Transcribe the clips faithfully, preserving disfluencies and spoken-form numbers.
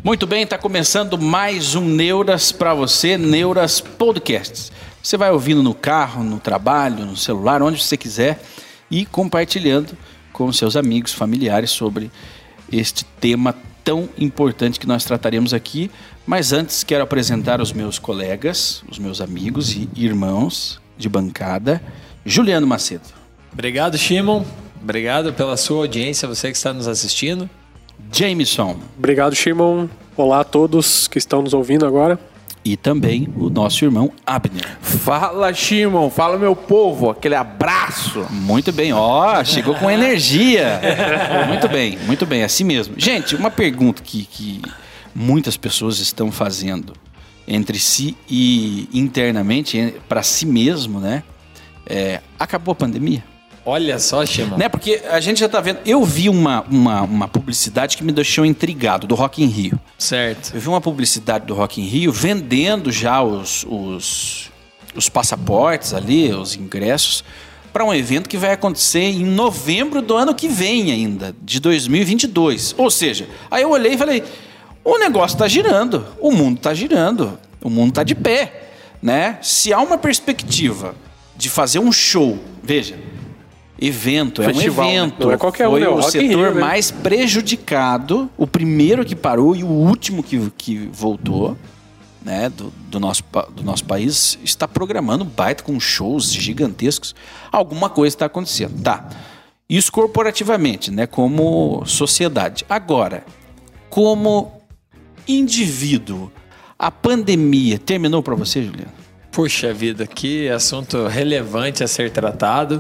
Muito bem, está começando mais um Neuras para você, Neuras Podcasts. Você vai ouvindo no carro, no trabalho, no celular, onde você quiser e compartilhando com seus amigos, familiares sobre este tema tão importante que nós trataremos aqui. Mas antes quero apresentar os meus colegas, os meus amigos e irmãos de bancada. Juliano Macedo. Obrigado, Shimon. Obrigado pela sua audiência, você que está nos assistindo. Jameson. Obrigado, Shimon. Olá a todos que estão nos ouvindo agora. E também o nosso irmão Abner. Fala, Shimon. Fala, meu povo. Aquele abraço. Muito bem. Ó, oh, chegou com energia. Muito bem, muito bem. Assim mesmo. Gente, uma pergunta que, que muitas pessoas estão fazendo entre si e internamente, para si mesmo, né? É, acabou a pandemia? Olha só, Shimon. Né? Porque a gente já tá vendo... Eu vi uma, uma, uma publicidade que me deixou intrigado, do Rock in Rio. Certo. Eu vi uma publicidade do Rock in Rio vendendo já os, os, os passaportes ali, os ingressos, para um evento que vai acontecer em novembro do ano que vem ainda, de dois mil e vinte e dois. Ou seja, aí eu olhei e falei, o negócio tá girando, o mundo tá girando, o mundo tá de pé, né? Se há uma perspectiva de fazer um show, veja... Evento, Festival, é um evento. Né? Não é qualquer Foi um, o Rock setor Rio, né? mais prejudicado, o primeiro que parou e o último que, que voltou, né, do, do, nosso, do nosso país, está programando baita com shows gigantescos. Alguma coisa está acontecendo. Tá. Isso corporativamente, né, como sociedade. Agora, como indivíduo, a pandemia terminou para você, Juliano? Puxa vida, que assunto relevante a ser tratado.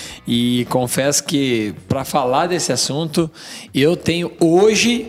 E confesso que, para falar desse assunto, eu tenho hoje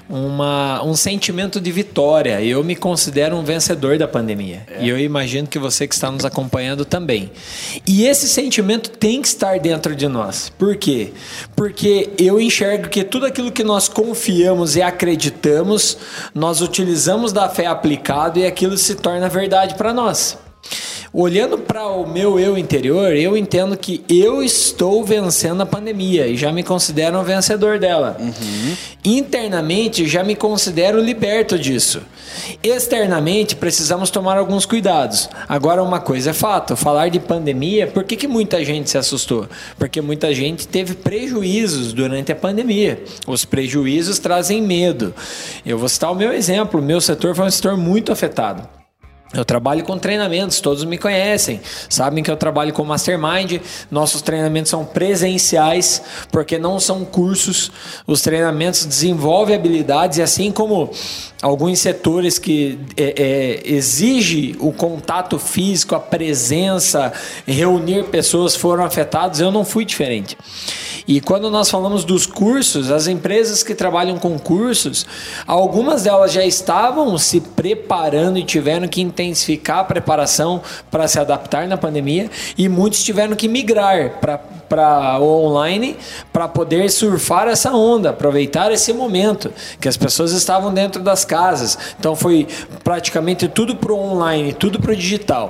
uma, um sentimento de vitória. Eu me considero um vencedor da pandemia. É. E eu imagino que você que está nos acompanhando também. E esse sentimento tem que estar dentro de nós. Por quê? Porque eu enxergo que tudo aquilo que nós confiamos e acreditamos, nós utilizamos da fé aplicada e aquilo se torna verdade para nós. Olhando para o meu eu interior, eu entendo que eu estou vencendo a pandemia e já me considero um vencedor dela. Uhum. Internamente, já me considero liberto disso. Externamente, precisamos tomar alguns cuidados. Agora, uma coisa é fato, falar de pandemia, por que que muita gente se assustou? Porque muita gente teve prejuízos durante a pandemia. Os prejuízos trazem medo. Eu vou citar o meu exemplo, o meu setor foi um setor muito afetado. Eu trabalho com treinamentos, todos me conhecem, sabem que eu trabalho com Mastermind, nossos treinamentos são presenciais, porque não são cursos, os treinamentos desenvolvem habilidades e assim como alguns setores que é, é, exigem o contato físico, a presença, reunir pessoas foram afetados, eu não fui diferente. E quando nós falamos dos cursos, as empresas que trabalham com cursos, algumas delas já estavam se preparando e tiveram que intensificar a preparação para se adaptar na pandemia e muitos tiveram que migrar para para o online para poder surfar essa onda, aproveitar esse momento que as pessoas estavam dentro das casas. Então foi praticamente tudo para o online, tudo para o digital.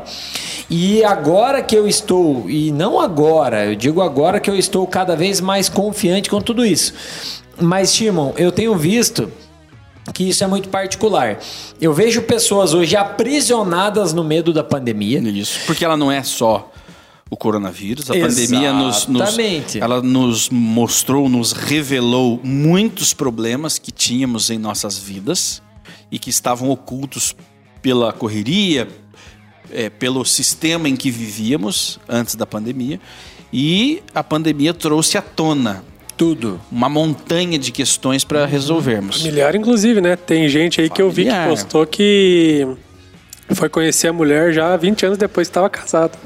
E agora que eu estou, e não agora, eu digo agora que eu estou cada vez mais confiante com tudo isso. Mas, Shimon, eu tenho visto que isso é muito particular. Eu vejo pessoas hoje aprisionadas no medo da pandemia. Isso, porque ela não é só o coronavírus, a pandemia nos, nos, ela nos mostrou, nos revelou muitos problemas que tínhamos em nossas vidas e que estavam ocultos pela correria, é, pelo sistema em que vivíamos antes da pandemia, e a pandemia trouxe à tona tudo, uma montanha de questões para resolvermos. Familiar, inclusive, né? Tem gente aí Familiar. que eu vi que postou que foi conhecer a mulher já vinte anos depois que estava casado.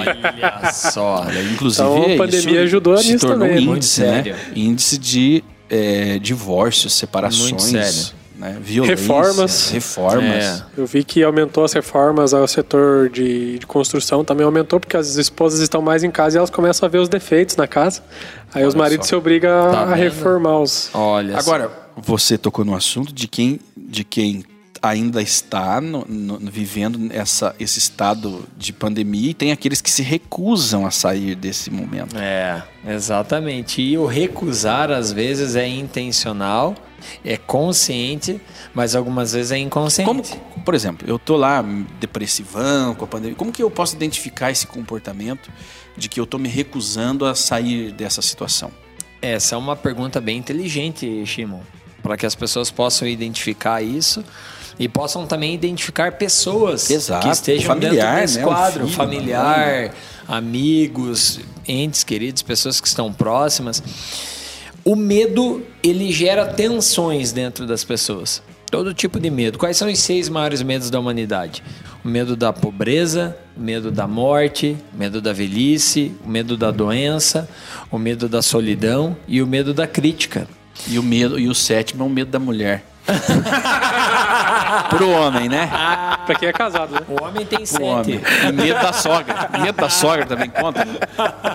Olha só. Inclusive, então a pandemia ajudou se nisso tornou também. Um índice, né? Índice de é, divórcios, separações. Muito sério. Né? Violência, reformas. Reformas. É. Eu vi que aumentou as reformas ao setor de, de construção, também aumentou, porque as esposas estão mais em casa e elas começam a ver os defeitos na casa. Aí Olha os maridos só. se obrigam tá a vendo? reformar os... Olha Agora, só. você tocou no assunto de quem, de quem ainda está no, no, vivendo essa, esse estado de pandemia e tem aqueles que se recusam a sair desse momento. É, exatamente. E o recusar, às vezes, é intencional, é consciente, mas algumas vezes é inconsciente. Como, por exemplo, eu tô lá depressivão com a pandemia. Como que eu posso identificar esse comportamento de que eu tô me recusando a sair dessa situação? Essa é uma pergunta bem inteligente, Shimon, para que as pessoas possam identificar isso e possam também identificar pessoas Exato, que estejam familiar, dentro desse né? quadro, Um filho, familiar, amigos, entes queridos, pessoas que estão próximas. O medo, ele gera tensões dentro das pessoas. Todo tipo de medo. Quais são os seis maiores medos da humanidade? O medo da pobreza, o medo da morte, o medo da velhice, o medo da doença, o medo da solidão e o medo da crítica. E o medo, e o sétimo é o medo da mulher. Pro homem, né? Pra quem é casado, né? O homem tem Pro sete. homem. E medo da sogra. Medo da sogra também conta, né?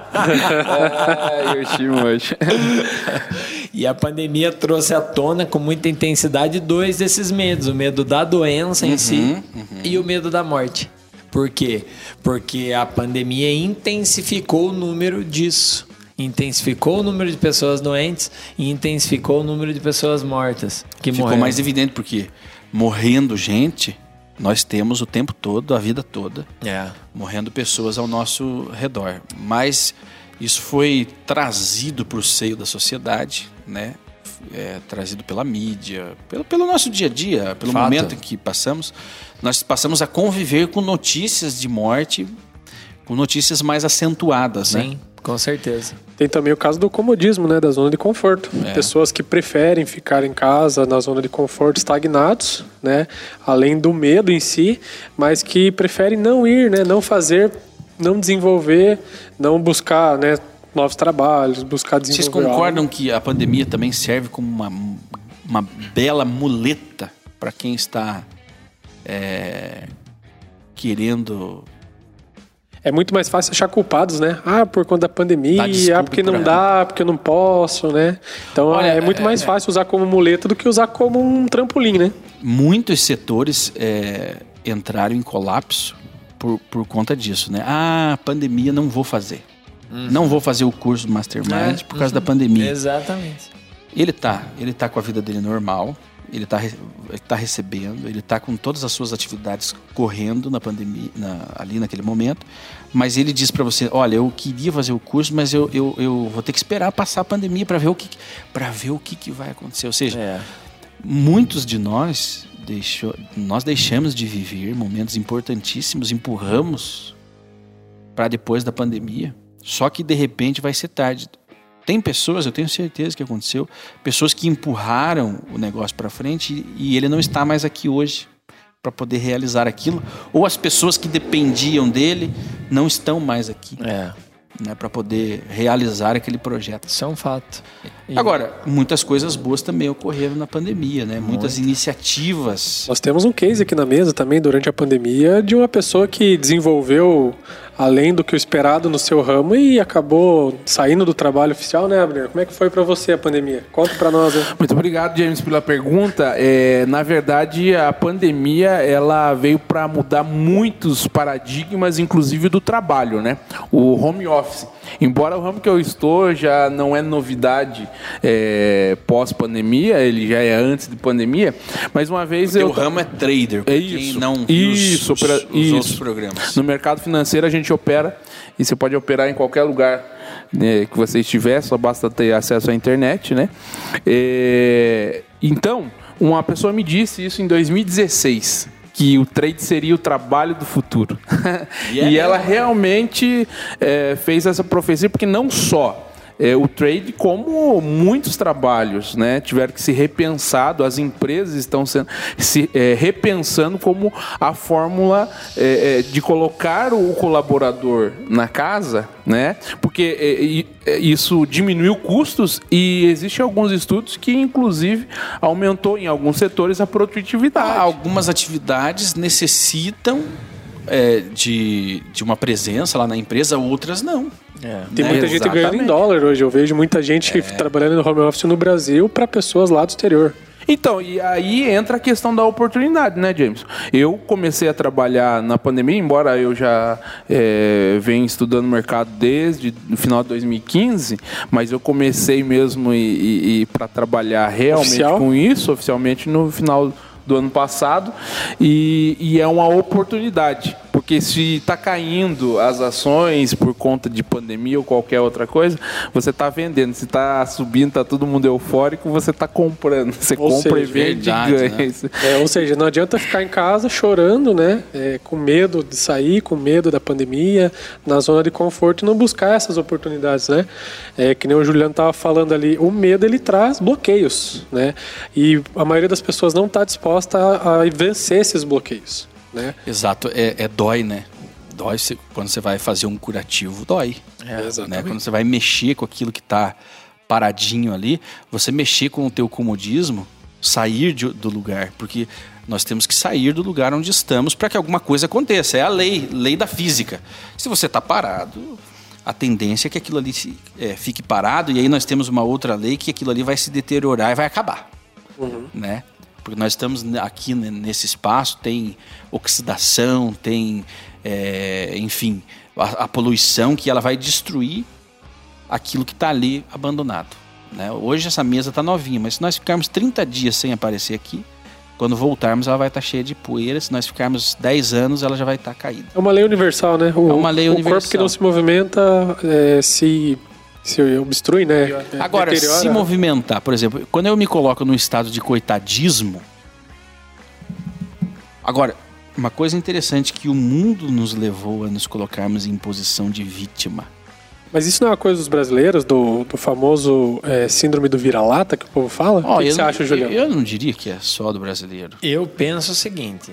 Ai, eu estimo hoje. E a pandemia trouxe à tona com muita intensidade dois desses medos. O medo da doença em si uhum. e o medo da morte. Por quê? Porque a pandemia intensificou o número disso. Intensificou o número de pessoas doentes e intensificou o número de pessoas mortas que Ficou morreram. mais evidente porque morrendo gente, nós temos o tempo todo, a vida toda, É. morrendo pessoas ao nosso redor. Mas isso foi trazido para o seio da sociedade, né? É, trazido pela mídia, pelo, pelo nosso dia a dia, pelo Fato. momento em que passamos. Nós passamos a conviver com notícias de morte, com notícias mais acentuadas, Sim, né? com certeza. Tem também o caso do comodismo, né? Da zona de conforto. É. Pessoas que preferem ficar em casa, na zona de conforto, estagnados, né? Além do medo em si, mas que preferem não ir, né? Não fazer, não desenvolver, não buscar, né? Novos trabalhos, buscar desenvolver. Vocês concordam algo. que a pandemia também serve como uma, uma bela muleta para quem está é, querendo... É muito mais fácil achar culpados, né? Ah, por conta da pandemia, Dá desculpa ah, porque não pra- dá, porque eu não posso, né? Então Olha, é muito é- mais fácil usar como muleta do que usar como um trampolim, né? Muitos setores é, entraram em colapso por, por conta disso, né? Ah, pandemia, não vou fazer. Uhum. Não vou fazer o curso do Mastermind É, por causa uhum. da pandemia. Exatamente. Ele tá, ele tá com a vida dele normal, ele tá, re- ele tá recebendo, ele tá com todas as suas atividades correndo na pandemia, na- ali naquele momento, mas ele diz para você, olha, eu queria fazer o curso, mas eu, eu, eu vou ter que esperar passar a pandemia para ver o que para ver o que, que vai acontecer. Ou seja, É. muitos de nós deixou, nós deixamos de viver momentos importantíssimos, empurramos para depois da pandemia, só que de repente vai ser tarde. Tem pessoas, eu tenho certeza que aconteceu, pessoas que empurraram o negócio para frente e, e ele não está mais aqui hoje para poder realizar aquilo, ou as pessoas que dependiam dele não estão mais aqui, É. né, para poder realizar aquele projeto. Isso é um fato. E- Agora, muitas coisas boas também ocorreram na pandemia, né? Muitas iniciativas. Nós temos um case aqui na mesa também durante a pandemia de uma pessoa que desenvolveu além do que o esperado no seu ramo e acabou saindo do trabalho oficial, né, Abner? Como é que foi pra você a pandemia? Conta pra nós, né? Muito obrigado, James, pela pergunta. É, na verdade, a pandemia ela veio para mudar muitos paradigmas, inclusive do trabalho, né? O home office. Embora o ramo que eu estou já não é novidade é, pós-pandemia, ele já é antes de pandemia, mas uma vez O eu... ramo é trader, pra É quem isso, não viu os- isso, os, opera- os isso. outros programas. No mercado financeiro a gente opera e você pode operar em qualquer lugar, né, que você estiver, só basta ter acesso à internet, né? É, então, uma pessoa me disse isso em dois mil e dezesseis, que o trade seria o trabalho do futuro. E é e ela mesmo. realmente é, fez essa profecia, porque não só é, o trade, como muitos trabalhos, né, tiveram que ser repensados, as empresas estão sendo, se é, repensando como a fórmula é, é, de colocar o colaborador na casa, né, porque é, e- é, isso diminuiu custos e existem alguns estudos que, inclusive, aumentou em alguns setores a produtividade. Ah, algumas atividades necessitam é, de, de uma presença lá na empresa, outras não. É. Tem Né? muita gente ganhando em Exatamente. dólar hoje. Eu vejo muita gente trabalhando no home office no Brasil para pessoas lá do exterior. Então, e aí entra a questão da oportunidade, né, James? Eu comecei a trabalhar na pandemia, embora eu já é, venha estudando o mercado desde o final de dois mil e quinze, mas eu comecei mesmo e, e, e para trabalhar realmente Oficial? com isso, oficialmente, no final do ano passado, e, e é uma oportunidade, porque se está caindo as ações por conta de pandemia ou qualquer outra coisa, você está vendendo. Se está subindo, está todo mundo eufórico, você está comprando. Você ou compra seja, e vende verdade, e ganha. Né? É, ou seja, não adianta ficar em casa chorando, né? É, com medo de sair, com medo da pandemia, na zona de conforto, e não buscar essas oportunidades, né? É, que nem o Juliano estava falando ali, o medo ele traz bloqueios, né? E a maioria das pessoas não está disposta a, a vencer esses bloqueios. Né? Exato, é, é dói, né? Dói se, quando você vai fazer um curativo, dói. É, né? Quando você vai mexer com aquilo que está paradinho ali, você mexer com o teu comodismo, sair de, do lugar, porque nós temos que sair do lugar onde estamos para que alguma coisa aconteça. É a lei, lei da física. Se você está parado, a tendência é que aquilo ali é, fique parado, e aí nós temos uma outra lei que aquilo ali vai se deteriorar e vai acabar. Uhum. Né? Porque nós estamos aqui nesse espaço, tem oxidação, tem, é, enfim, a, a poluição que ela vai destruir aquilo que está ali abandonado. Né? Hoje essa mesa está novinha, mas se nós ficarmos trinta dias sem aparecer aqui, quando voltarmos ela vai estar tá cheia de poeira. Se nós ficarmos dez anos, ela já vai estar tá caída. É uma lei universal, né? O, é uma lei o universal. O corpo que não se movimenta é, se... Se obstrui, né? Agora, deteriora. Se movimentar, por exemplo, quando eu me coloco num estado de coitadismo. Agora, uma coisa interessante que o mundo nos levou a nos colocarmos em posição de vítima. Mas isso não é uma coisa dos brasileiros, do, do famoso é, síndrome do vira-lata que o povo fala? Oh, o que, que você acha, Juliano? Eu, eu não diria que é só do brasileiro. Eu penso o seguinte: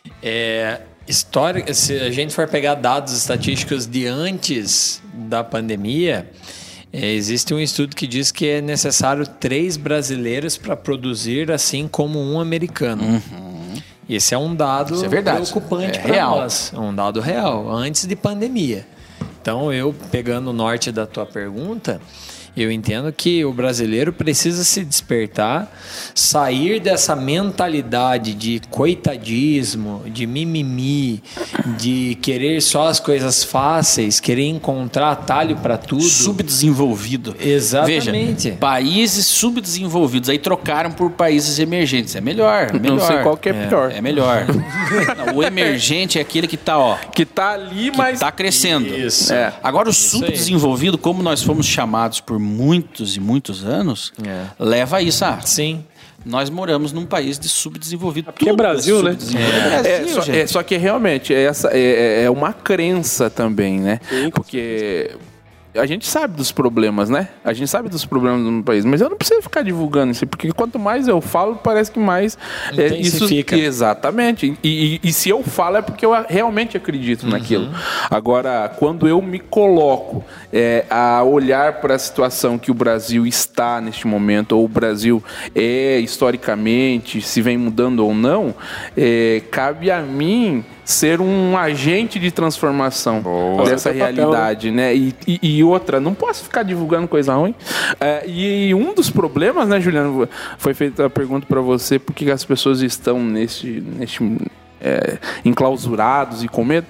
é, história, se a gente for pegar dados estatísticos de antes da pandemia. É, existe um estudo que diz que é necessário três brasileiros para produzir assim como um americano. Uhum. Esse é um dado Isso é verdade. preocupante é para real. nós. É um dado real, antes de pandemia. Então, eu, pegando o norte da tua pergunta, eu entendo que o brasileiro precisa se despertar, sair dessa mentalidade de coitadismo, de mimimi, de querer só as coisas fáceis, querer encontrar atalho para tudo. Subdesenvolvido. Exatamente. Veja, países subdesenvolvidos, aí trocaram por países emergentes. É melhor, melhor. Não sei qual que é, é pior. É melhor. Não, o emergente é aquele que está, ó... Que está ali, que mas... está crescendo. Isso. É. Agora, o subdesenvolvido, como nós fomos chamados por muitos e muitos anos, é. leva a isso. Ah, sim. Nós moramos num país de subdesenvolvido. Porque é Brasil, né? É, é, Brasil, só, é, só que realmente essa é, é uma crença também, né? Sim. Porque a gente sabe dos problemas, né? A gente sabe dos problemas no país, mas eu não preciso ficar divulgando isso, porque quanto mais eu falo, parece que mais é, isso fica. Exatamente. E, e, e se eu falo é porque eu realmente acredito uhum. naquilo. Agora, quando eu me coloco é, a olhar para a situação que o Brasil está neste momento, ou o Brasil é historicamente, se vem mudando ou não, é, cabe a mim ser um agente de transformação Boa. dessa realidade, papel, né? E, e, e outra, não posso ficar divulgando coisa ruim. É, e um dos problemas, né, Juliano, foi feita a pergunta para você, por que as pessoas estão nesse, nesse é, enclausurados e com medo?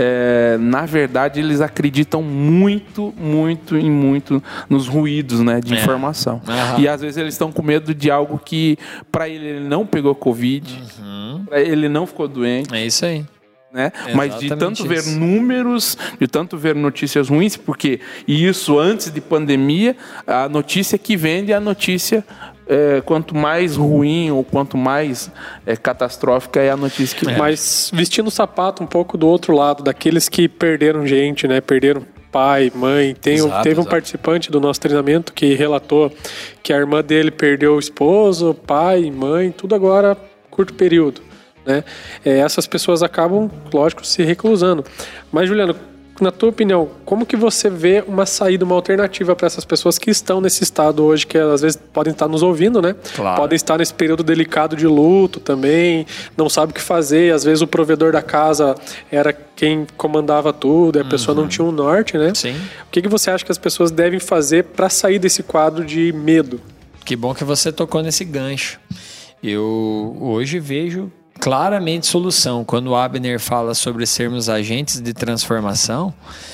É, na verdade, eles acreditam muito, muito e muito nos ruídos, né, de é. informação. Uhum. E às vezes eles estão com medo de algo que, para ele, ele não pegou Covid, uhum. para ele, ele não ficou doente. É isso aí. Né? Mas de tanto isso. ver números, de tanto ver notícias ruins, porque isso antes de pandemia, a notícia que vende é a notícia, é, quanto mais ruim ou quanto mais é, catastrófica é a notícia que vende. Mas vestindo o sapato um pouco do outro lado, daqueles que perderam gente, né? Perderam pai, mãe. Tem, exato, teve exato. um participante do nosso treinamento que relatou que a irmã dele perdeu o esposo, pai, mãe, tudo agora curto período. Né? É, essas pessoas acabam, lógico, se reclusando. Mas, Juliano, na tua opinião, como que você vê uma saída, uma alternativa para essas pessoas que estão nesse estado hoje, que às vezes podem estar nos ouvindo, né? Claro. Podem estar nesse período delicado de luto também, não sabe o que fazer, às vezes o provedor da casa era quem comandava tudo, e a uhum. pessoa não tinha um norte, né? Sim. O que que você acha que as pessoas devem fazer para sair desse quadro de medo? Que bom que você tocou nesse gancho. Eu hoje vejo claramente solução. Quando o Abner fala sobre sermos agentes de transformação,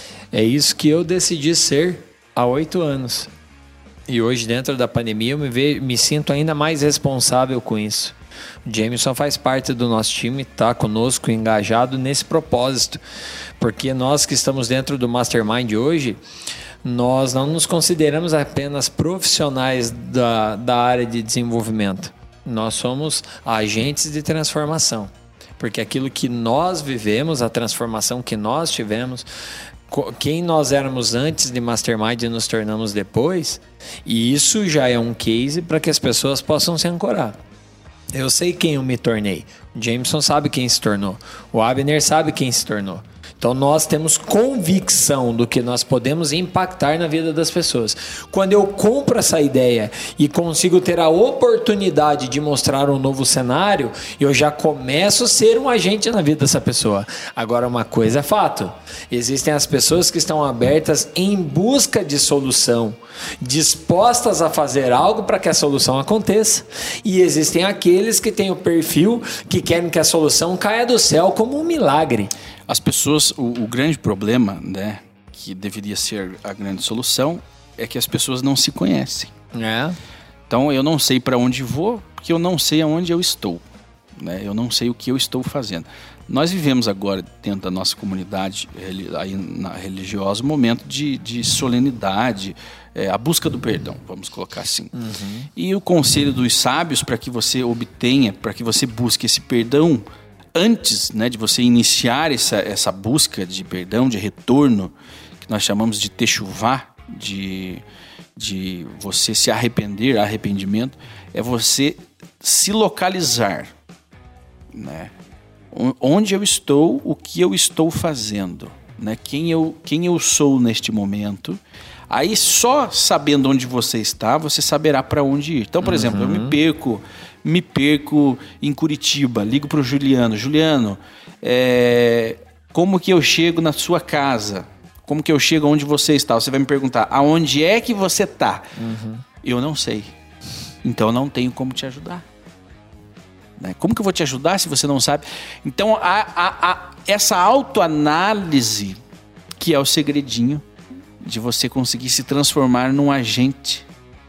é isso que eu decidi ser há oito anos. E hoje, dentro da pandemia, eu me, ve- me sinto ainda mais responsável com isso. O Jameson faz parte do nosso time, está conosco engajado nesse propósito, porque nós que estamos dentro do Mastermind hoje, nós não nos consideramos apenas profissionais da, da área de desenvolvimento, nós somos agentes de transformação, porque aquilo que nós vivemos, a transformação que nós tivemos, quem nós éramos antes de Mastermind e nos tornamos depois, e isso já é um case para que as pessoas possam se ancorar. Eu sei quem eu me tornei. O Jameson sabe quem se tornou. O Abner sabe quem se tornou. Então nós temos convicção do que nós podemos impactar na vida das pessoas. Quando eu compro essa ideia e consigo ter a oportunidade de mostrar um novo cenário, eu já começo a ser um agente na vida dessa pessoa. Agora, uma coisa é fato. Existem as pessoas que estão abertas em busca de solução, dispostas a fazer algo para que a solução aconteça. E existem aqueles que têm o perfil que querem que a solução caia do céu como um milagre. As pessoas, o, o grande problema, né, que deveria ser a grande solução, é que as pessoas não se conhecem. É. Então eu não sei para onde vou, porque eu não sei aonde eu estou, né? Eu não sei o que eu estou fazendo. Nós vivemos agora, dentro da nossa comunidade aí na religiosa, um momento de, de solenidade, é, a busca do perdão, vamos colocar assim. Uhum. E o conselho dos sábios para que você obtenha, para que você busque esse perdão, antes, né, de você iniciar essa, essa busca de perdão, de retorno, que nós chamamos de techuvá, de, de você se arrepender, arrependimento, é você se localizar, né? Onde eu estou, o que eu estou fazendo, né? Quem eu, quem eu sou neste momento. Aí só sabendo onde você está, você saberá para onde ir. Então, por uhum. exemplo, eu me perco, me perco em Curitiba, ligo para o Juliano. Juliano, é, como que eu chego na sua casa? Como que eu chego onde você está? Você vai me perguntar, aonde é que você está? Uhum. Eu não sei. Então, não tenho como te ajudar. Né? Como que eu vou te ajudar se você não sabe? Então, a, a, a, essa autoanálise que é o segredinho de você conseguir se transformar num agente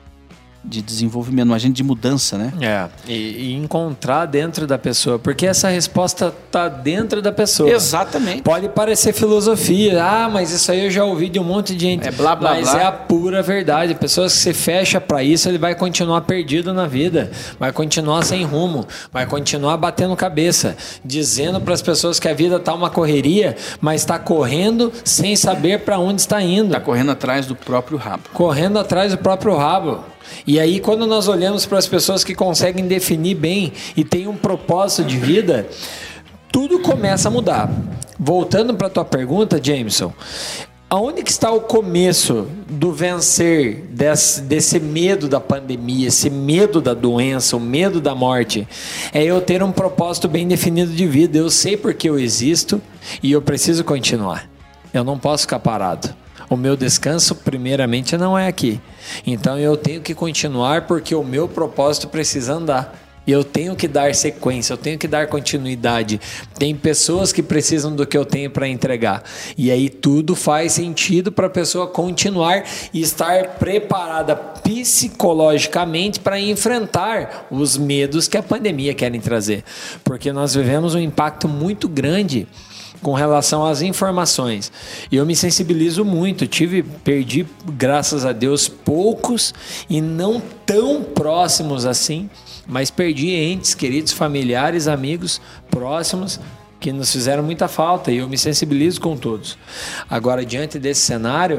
de desenvolvimento, um agente de mudança, né? É, e, e encontrar dentro da pessoa, porque essa resposta está dentro da pessoa. Exatamente. Pode parecer filosofia, ah, mas isso aí eu já ouvi de um monte de gente. É blá, blá, mas blá. é a pura verdade. Pessoas que se fecham para isso, ele vai continuar perdido na vida, vai continuar sem rumo, vai continuar batendo cabeça, dizendo para as pessoas que a vida está uma correria, mas está correndo sem saber para onde está indo. Está correndo atrás do próprio rabo. Correndo atrás do próprio rabo. E aí, quando nós olhamos para as pessoas que conseguem definir bem e têm um propósito de vida, tudo começa a mudar. Voltando para a tua pergunta, Jameson, aonde que está o começo do vencer desse, desse medo da pandemia, esse medo da doença, o medo da morte? É eu ter um propósito bem definido de vida. Eu sei porque eu existo e eu preciso continuar. Eu não posso ficar parado. O meu descanso, primeiramente, não é aqui. Então, eu tenho que continuar porque o meu propósito precisa andar. E eu tenho que dar sequência, eu tenho que dar continuidade. Tem pessoas que precisam do que eu tenho para entregar. E aí, tudo faz sentido para a pessoa continuar e estar preparada psicologicamente para enfrentar os medos que a pandemia querem trazer. Porque nós vivemos um impacto muito grande com relação às informações. E eu me sensibilizo muito. Tive, perdi, graças a Deus, poucos e não tão próximos assim, mas perdi entes queridos, familiares, amigos próximos que nos fizeram muita falta e eu me sensibilizo com todos. Agora, diante desse cenário,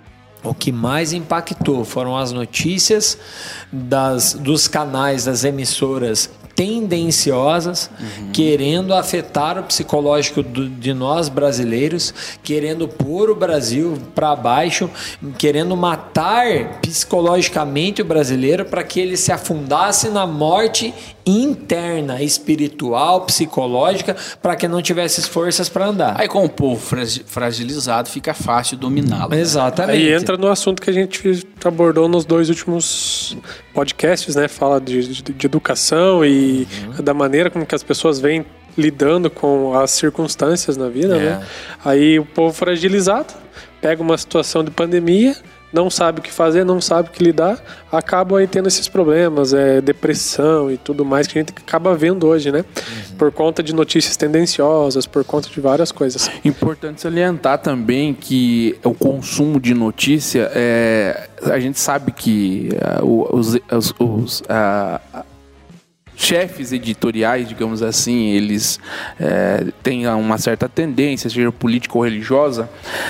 o que mais impactou foram as notícias das, dos canais, das emissoras tendenciosas, uhum. querendo afetar o psicológico do, de nós brasileiros, querendo pôr o Brasil para baixo, querendo matar psicologicamente o brasileiro para que ele se afundasse na morte interna, espiritual, psicológica, para que não tivesse forças para andar. Aí com o povo fragilizado fica fácil dominá-lo. Exatamente. Aí entra no assunto que a gente abordou nos dois últimos podcasts, né? Fala de, de, de educação e uhum. da maneira como que as pessoas vêm lidando com as circunstâncias na vida, é. né? Aí o povo fragilizado pega uma situação de pandemia, não sabe o que fazer, não sabe o que lidar, acaba aí tendo esses problemas, é, depressão e tudo mais que a gente acaba vendo hoje, né? Uhum. Por conta de notícias tendenciosas, por conta de várias coisas. Importante salientar também que o consumo de notícia, é, a gente sabe que uh, os, os, os uh, chefes editoriais, digamos assim, eles é, têm uma certa tendência, seja política ou religiosa,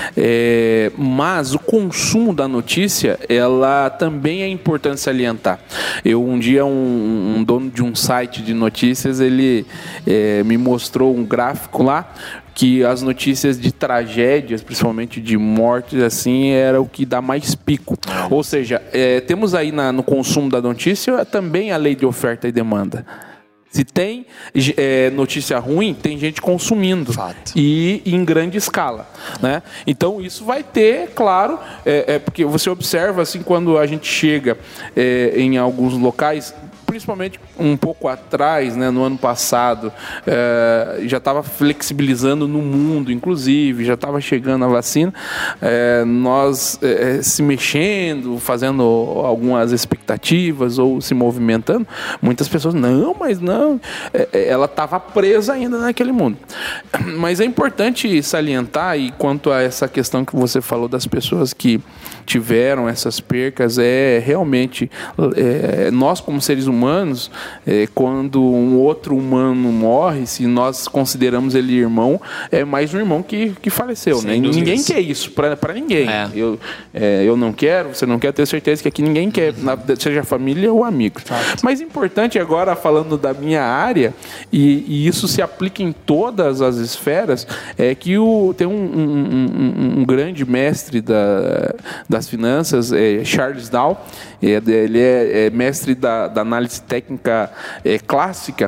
é, mas o consumo da notícia, ela também é importante salientar. Eu, um dia, um, um dono de um site de notícias, ele é, me mostrou um gráfico lá, que as notícias de tragédias, principalmente de mortes, assim, era o que dá mais pico. Ou seja, é, temos aí na, no consumo da notícia também a lei de oferta e demanda. Se tem é, notícia ruim, tem gente consumindo. Fato. E em grande escala, né? Então isso vai ter, claro, é, é porque você observa assim quando a gente chega é, em alguns locais, principalmente um pouco atrás, né, no ano passado, é, já estava flexibilizando no mundo, inclusive, já estava chegando a vacina, é, nós é, se mexendo, fazendo algumas expectativas ou se movimentando, muitas pessoas, não, mas não, é, ela estava presa ainda naquele mundo. Mas é importante salientar, e quanto a essa questão que você falou das pessoas que tiveram essas percas, é realmente, é, nós como seres humanos, humanos, é, quando um outro humano morre, se nós consideramos ele irmão, é mais um irmão que, que faleceu, né? Ninguém quer isso para ninguém. É. Eu, é, eu não quero, você não quer, ter certeza que aqui ninguém quer, na, seja família ou amigo. Fato. Mas importante agora, falando da minha área, e, e isso se aplica em todas as esferas, é que o, tem um, um, um, um grande mestre da, das finanças, é Charles Dow, é, ele é, é mestre da, da análise técnica é, clássica,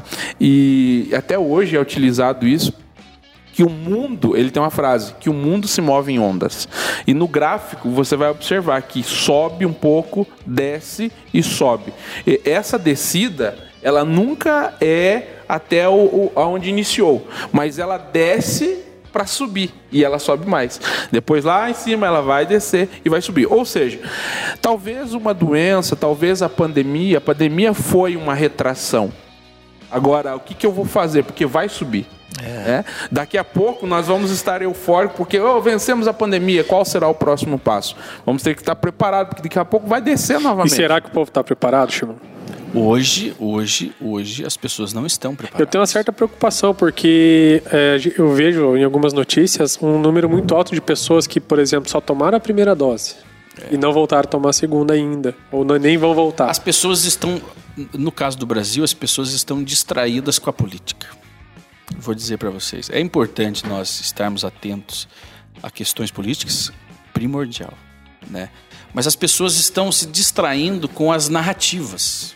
e até hoje é utilizado isso, que o mundo, ele tem uma frase, que o mundo se move em ondas. E no gráfico você vai observar que sobe um pouco, desce e sobe. E essa descida, ela nunca é até o, o, onde iniciou, mas ela desce para subir, e ela sobe mais. Depois lá em cima ela vai descer e vai subir. Ou seja, talvez uma doença, talvez a pandemia, a pandemia foi uma retração. Agora, o que, que eu vou fazer? Porque vai subir. É. É? Daqui a pouco nós vamos estar eufóricos, porque oh, vencemos a pandemia, qual será o próximo passo? Vamos ter que estar preparados, porque daqui a pouco vai descer novamente. E será que o povo está preparado, Shimon? Hoje, hoje, hoje as pessoas não estão preparadas. Eu tenho uma certa preocupação, porque é, eu vejo em algumas notícias um número muito alto de pessoas que, por exemplo, só tomaram a primeira dose é. e não voltaram a tomar a segunda ainda, ou não, nem vão voltar. As pessoas estão, no caso do Brasil, as pessoas estão distraídas com a política. Vou dizer para vocês, é importante nós estarmos atentos a questões políticas, primordial, né? Mas as pessoas estão se distraindo com as narrativas,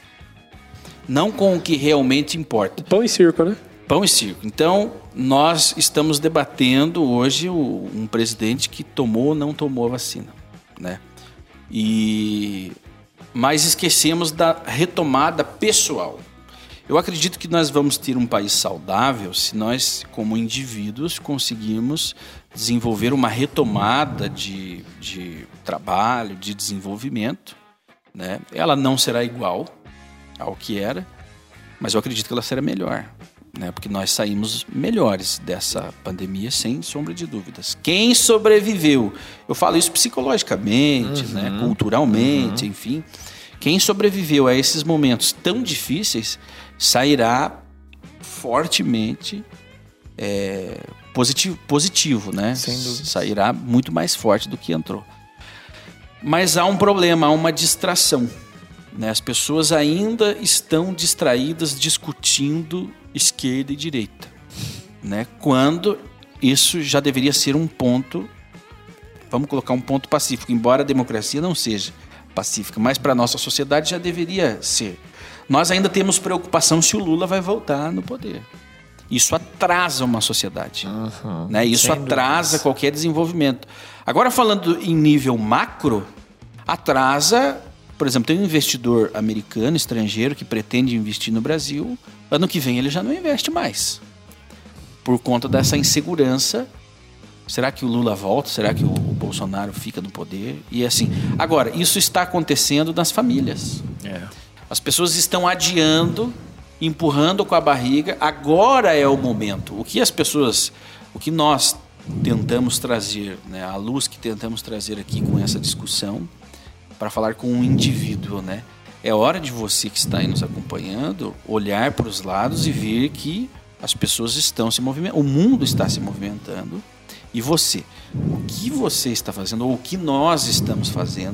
não com o que realmente importa. Pão e circo, né? Pão e circo. Então, nós estamos debatendo hoje o, um presidente que tomou ou não tomou a vacina, né? E... Mas esquecemos da retomada pessoal. Eu acredito que nós vamos ter um país saudável se nós, como indivíduos, conseguirmos desenvolver uma retomada de, de trabalho, de desenvolvimento, né? Ela não será igual ao que era, mas eu acredito que ela será melhor, né? Porque nós saímos melhores dessa pandemia, sem sombra de dúvidas. Quem sobreviveu, eu falo isso psicologicamente, uhum, né? Culturalmente, uhum. enfim, quem sobreviveu a esses momentos tão difíceis sairá fortemente é, positivo, positivo, né? Sem dúvida. Sairá muito mais forte do que entrou. Mas há um problema, há uma distração, né? As pessoas ainda estão distraídas discutindo esquerda e direita, né? Quando isso já deveria ser um ponto, vamos colocar um ponto pacífico, embora a democracia não seja pacífica, mas para a nossa sociedade já deveria ser. Nós ainda temos preocupação se o Lula vai voltar no poder. Isso atrasa uma sociedade. Uhum, né? Isso atrasa dúvidas. Qualquer desenvolvimento. Agora, falando em nível macro, atrasa, por exemplo, tem um investidor americano, estrangeiro, que pretende investir no Brasil. Ano que vem ele já não investe mais. Por conta dessa insegurança. Será que o Lula volta? Será que o Bolsonaro fica no poder? E assim, agora, isso está acontecendo nas famílias. É. As pessoas estão adiando, empurrando com a barriga. Agora é o momento. O que as pessoas, o que nós tentamos trazer, né, a luz que tentamos trazer aqui com essa discussão, para falar com um indivíduo, né? É hora de você que está aí nos acompanhando olhar para os lados e ver que as pessoas estão se movimentando, o mundo está se movimentando. E você, o que você está fazendo, ou o que nós estamos fazendo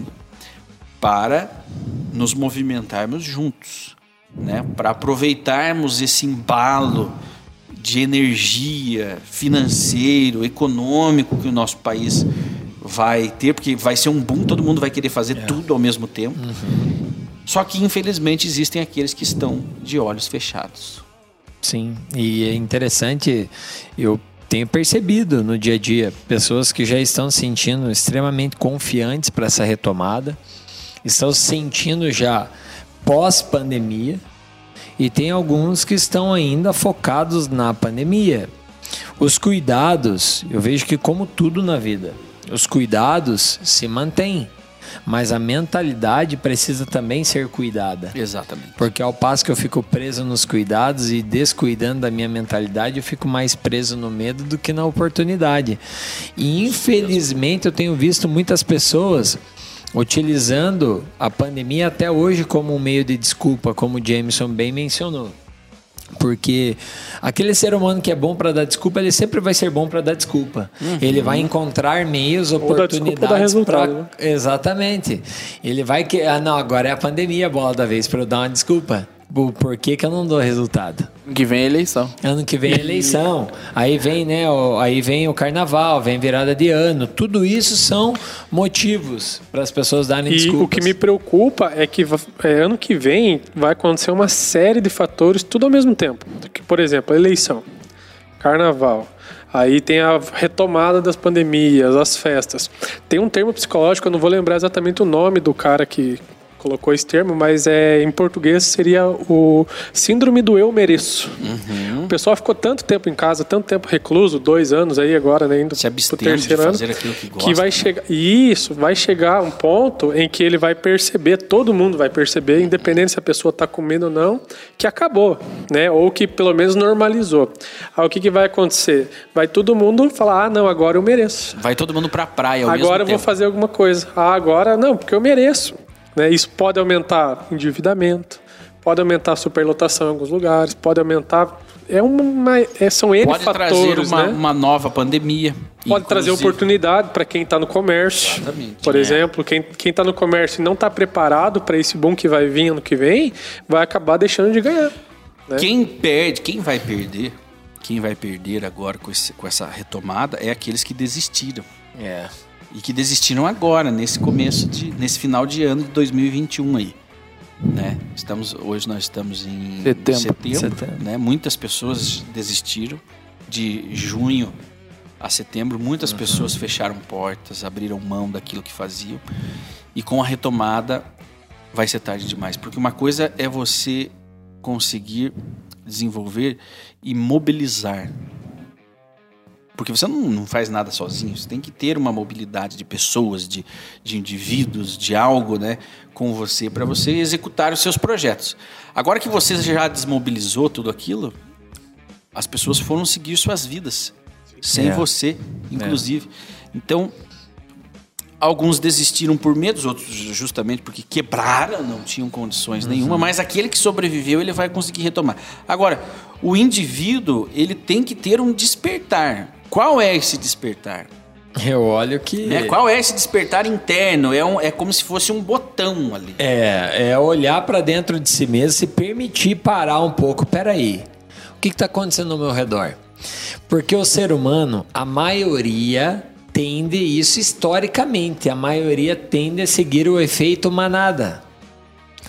para nos movimentarmos juntos, né? Para aproveitarmos esse embalo de energia financeiro, econômico que o nosso país vai ter, porque vai ser um boom, todo mundo vai querer fazer é. tudo ao mesmo tempo. Uhum. Só que, infelizmente, existem aqueles que estão de olhos fechados. Sim, e é interessante, eu tenho percebido no dia a dia pessoas que já estão se sentindo extremamente confiantes para essa retomada, estão se sentindo já pós-pandemia, e tem alguns que estão ainda focados na pandemia. Os cuidados, eu vejo que como tudo na vida, os cuidados se mantêm, mas a mentalidade precisa também ser cuidada. Exatamente. Porque ao passo que eu fico preso nos cuidados e descuidando da minha mentalidade, eu fico mais preso no medo do que na oportunidade. E infelizmente eu tenho visto muitas pessoas utilizando a pandemia até hoje como um meio de desculpa, como o Jameson bem mencionou. Porque aquele ser humano que é bom para dar desculpa, ele sempre vai ser bom para dar desculpa. Uhum. Ele vai encontrar meios, oportunidades para... Né? Exatamente. Ele vai que ah, não, agora é a pandemia a bola da vez para eu dar uma desculpa. Por que que eu não dou resultado? Ano que vem é eleição. Ano que vem é eleição. Aí vem, né, o, aí vem o carnaval, vem virada de ano. Tudo isso são motivos para as pessoas darem e desculpas. O que me preocupa é que é, ano que vem vai acontecer uma série de fatores, tudo ao mesmo tempo. Por exemplo, a eleição, carnaval. Aí tem a retomada das pandemias, as festas. Tem um termo psicológico, eu não vou lembrar exatamente o nome do cara que colocou esse termo, mas é, em português seria o síndrome do eu mereço. Uhum. O pessoal ficou tanto tempo em casa, tanto tempo recluso, dois anos aí agora, né, indo se abstendo de fazer ano, aquilo que gosta. Que vai chegar, isso, vai chegar um ponto em que ele vai perceber, todo mundo vai perceber, independente se a pessoa está com medo ou não, que acabou, né, ou que pelo menos normalizou. Aí o que, que vai acontecer? Vai todo mundo falar, ah, não, agora eu mereço. Vai todo mundo para a praia ao agora mesmo eu tempo. vou fazer alguma coisa. Ah, agora não, porque eu mereço. Né? Isso pode aumentar endividamento, pode aumentar a superlotação em alguns lugares, pode aumentar... É uma, é, são N pode fatores, trazer uma, né? uma nova pandemia. Pode inclusive. trazer oportunidade para quem está no comércio. Exatamente, por é. exemplo, quem está no comércio e não está preparado para esse boom que vai vir ano que vem, vai acabar deixando de ganhar. Né? Quem perde, quem vai perder, quem vai perder agora com, esse, com essa retomada é aqueles que desistiram. É. E que desistiram agora, nesse começo, de, nesse final de ano de dois mil e vinte e um aí. Né? Estamos, hoje nós estamos em setembro, setembro, setembro. Né? Muitas pessoas desistiram de junho a setembro, muitas uhum. pessoas fecharam portas, abriram mão daquilo que faziam, e com a retomada vai ser tarde demais, porque uma coisa é você conseguir desenvolver e mobilizar, porque você não, não faz nada sozinho, você tem que ter uma mobilidade de pessoas, de, de indivíduos, de algo, né, com você, para você executar os seus projetos. Agora que você já desmobilizou tudo aquilo, as pessoas foram seguir suas vidas, sem é. você, inclusive. É. Então, alguns desistiram por medo, outros justamente porque quebraram, não tinham condições uhum. nenhuma, mas aquele que sobreviveu, ele vai conseguir retomar. Agora, o indivíduo, ele tem que ter um despertar. Qual é esse despertar? Eu olho que... Né? Qual é esse despertar interno? É, um, é como se fosse um botão ali. É, é olhar para dentro de si mesmo, se permitir parar um pouco. Peraí, o que está acontecendo ao meu redor? Porque o ser humano, a maioria tende, isso historicamente, a maioria tende a seguir o efeito manada.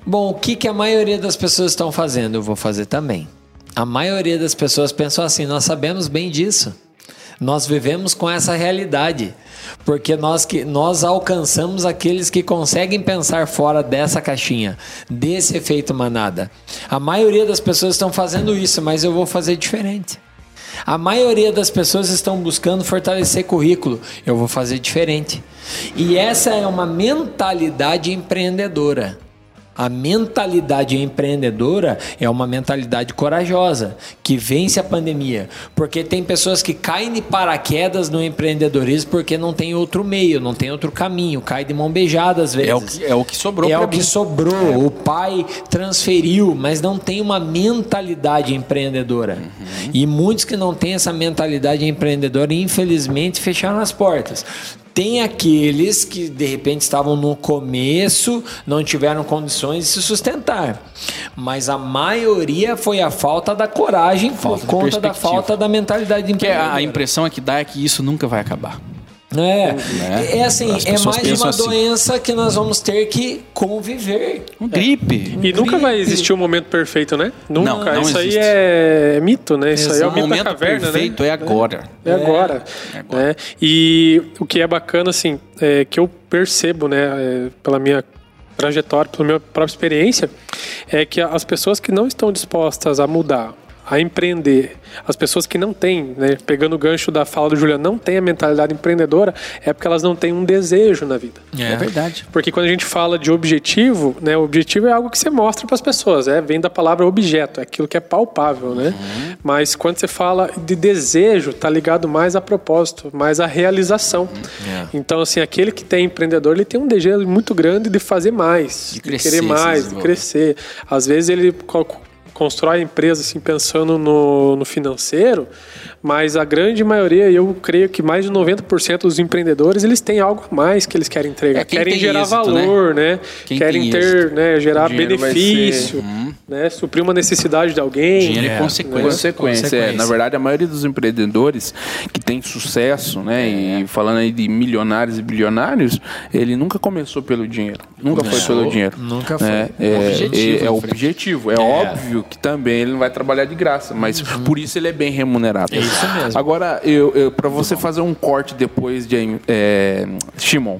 Bom, o que, que a maioria das pessoas estão fazendo? Eu vou fazer também. A maioria das pessoas pensam assim, nós sabemos bem disso. Nós vivemos com essa realidade, porque nós, que, nós alcançamos aqueles que conseguem pensar fora dessa caixinha, desse efeito manada. A maioria das pessoas estão fazendo isso, mas eu vou fazer diferente. A maioria das pessoas estão buscando fortalecer currículo, eu vou fazer diferente. E essa é uma mentalidade empreendedora. A mentalidade empreendedora é uma mentalidade corajosa, que vence a pandemia. Porque tem pessoas que caem de paraquedas no empreendedorismo porque não tem outro meio, não tem outro caminho, cai de mão beijada às vezes. É o que, é o que sobrou. É o mim. que sobrou. É. O pai transferiu, mas não tem uma mentalidade empreendedora. Uhum. E muitos que não têm essa mentalidade empreendedora, infelizmente, fecharam as portas. Tem aqueles que de repente estavam no começo, não tiveram condições de se sustentar. Mas a maioria foi a falta da coragem falta por conta da falta da mentalidade empreendedora. A impressão é que dá é que isso nunca vai acabar. É, né? é assim, é mais uma assim. doença que nós vamos ter que conviver. Um gripe. E um nunca gripe. vai existir um momento perfeito, né? Nunca. Não, não isso existe. aí é mito, né? Isso Exato. aí é o mito momento da caverna, perfeito né? é agora. É, é agora. É agora. Né? E o que é bacana, assim, é que eu percebo, né, é, pela minha trajetória, pela minha própria experiência, é que as pessoas que não estão dispostas a mudar, a empreender, as pessoas que não têm, né, pegando o gancho da fala do Juliano, não têm a mentalidade empreendedora, é porque elas não têm um desejo na vida. É, é verdade. Porque quando a gente fala de objetivo, né, o objetivo é algo que você mostra para as pessoas, é, vem da palavra objeto, é aquilo que é palpável, né? Uhum. Mas quando você fala de desejo, tá ligado mais a propósito, mais a realização. Uhum. Yeah. Então, assim, aquele que tem empreendedor, ele tem um desejo muito grande de fazer mais, de, crescer, de querer mais, de crescer. Às vezes ele constrói a empresa assim, pensando no, no financeiro, mas a grande maioria, eu creio que mais de noventa por cento dos empreendedores, eles têm algo a mais que eles querem entregar. É, querem gerar êxito, valor, né? né? Querem ter, né, gerar benefício, ser... né? Suprir uma necessidade de alguém. Dinheiro é, é consequência. Né? consequência. consequência. É. Na verdade, a maioria dos empreendedores que tem sucesso, né? É. E falando aí de milionários e bilionários, ele nunca começou pelo dinheiro. Nunca não. foi pelo dinheiro. Nunca foi. É, é, objetivo, é, é objetivo. É, é óbvio que também ele não vai trabalhar de graça, mas uhum. por isso ele é bem remunerado. É isso mesmo. Agora, eu, eu, para você fazer um corte depois de é, Shimon,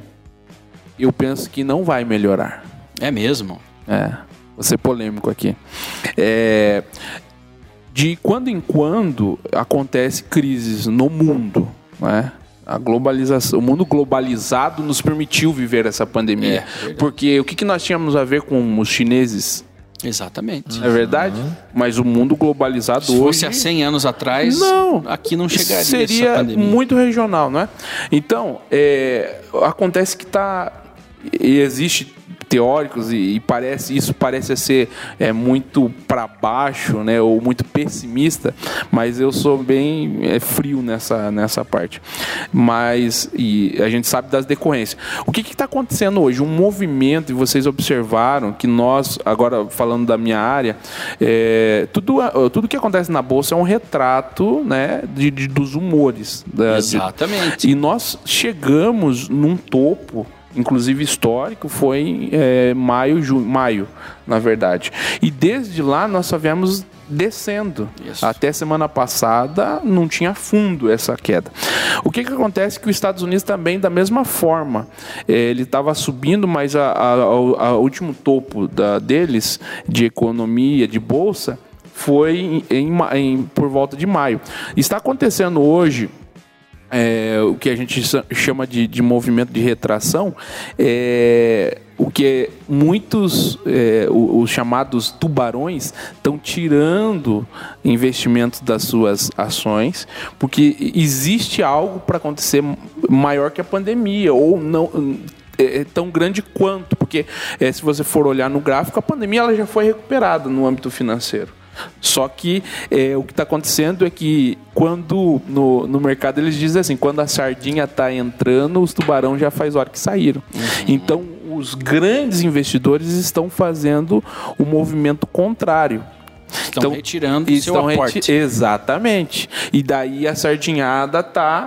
eu penso que não vai melhorar. É mesmo? É, vou ser polêmico aqui. É, de quando em quando acontece crises no mundo, né? A globalização, o mundo globalizado nos permitiu viver essa pandemia. É, porque o que, que nós tínhamos a ver com os chineses? Exatamente. É verdade? Uhum. Mas o mundo globalizado Se hoje... Se fosse há cem anos atrás, não, aqui não chegaria seria essa pandemia. Muito regional, não é? Então, é, acontece que está... E existe teóricos e, e parece isso parece ser é, muito para baixo, né, ou muito pessimista, mas eu sou bem é, frio nessa, nessa parte. Mas e a gente sabe das decorrências. O que está acontecendo hoje? Um movimento, e vocês observaram que nós, agora falando da minha área, é, tudo, tudo que acontece na Bolsa é um retrato, né, de, de, dos humores. Da, Exatamente. De, e nós chegamos num topo, inclusive histórico, foi em é, maio, junho, maio, na verdade. E desde lá nós só viemos descendo. Isso. Até semana passada não tinha fundo essa queda. O que que acontece? Que os Estados Unidos também, da mesma forma, é, ele estava subindo, mas a, a, a, a último topo da, deles, de economia, de bolsa, foi em, em, em, por volta de maio. Está acontecendo hoje É, o que a gente chama de, de movimento de retração, é, o que muitos, é, os, os chamados tubarões, estão tirando investimentos das suas ações, porque existe algo para acontecer maior que a pandemia, ou não... É tão grande quanto, porque é, se você for olhar no gráfico, a pandemia ela já foi recuperada no âmbito financeiro. Só que é, o que está acontecendo é que quando no, no mercado eles dizem assim, quando a sardinha está entrando, os tubarões já faz hora que saíram. Uhum. Então os grandes investidores estão fazendo o movimento contrário. Estão então, retirando o seu aporte. Reti- Exatamente. E daí a sardinhada está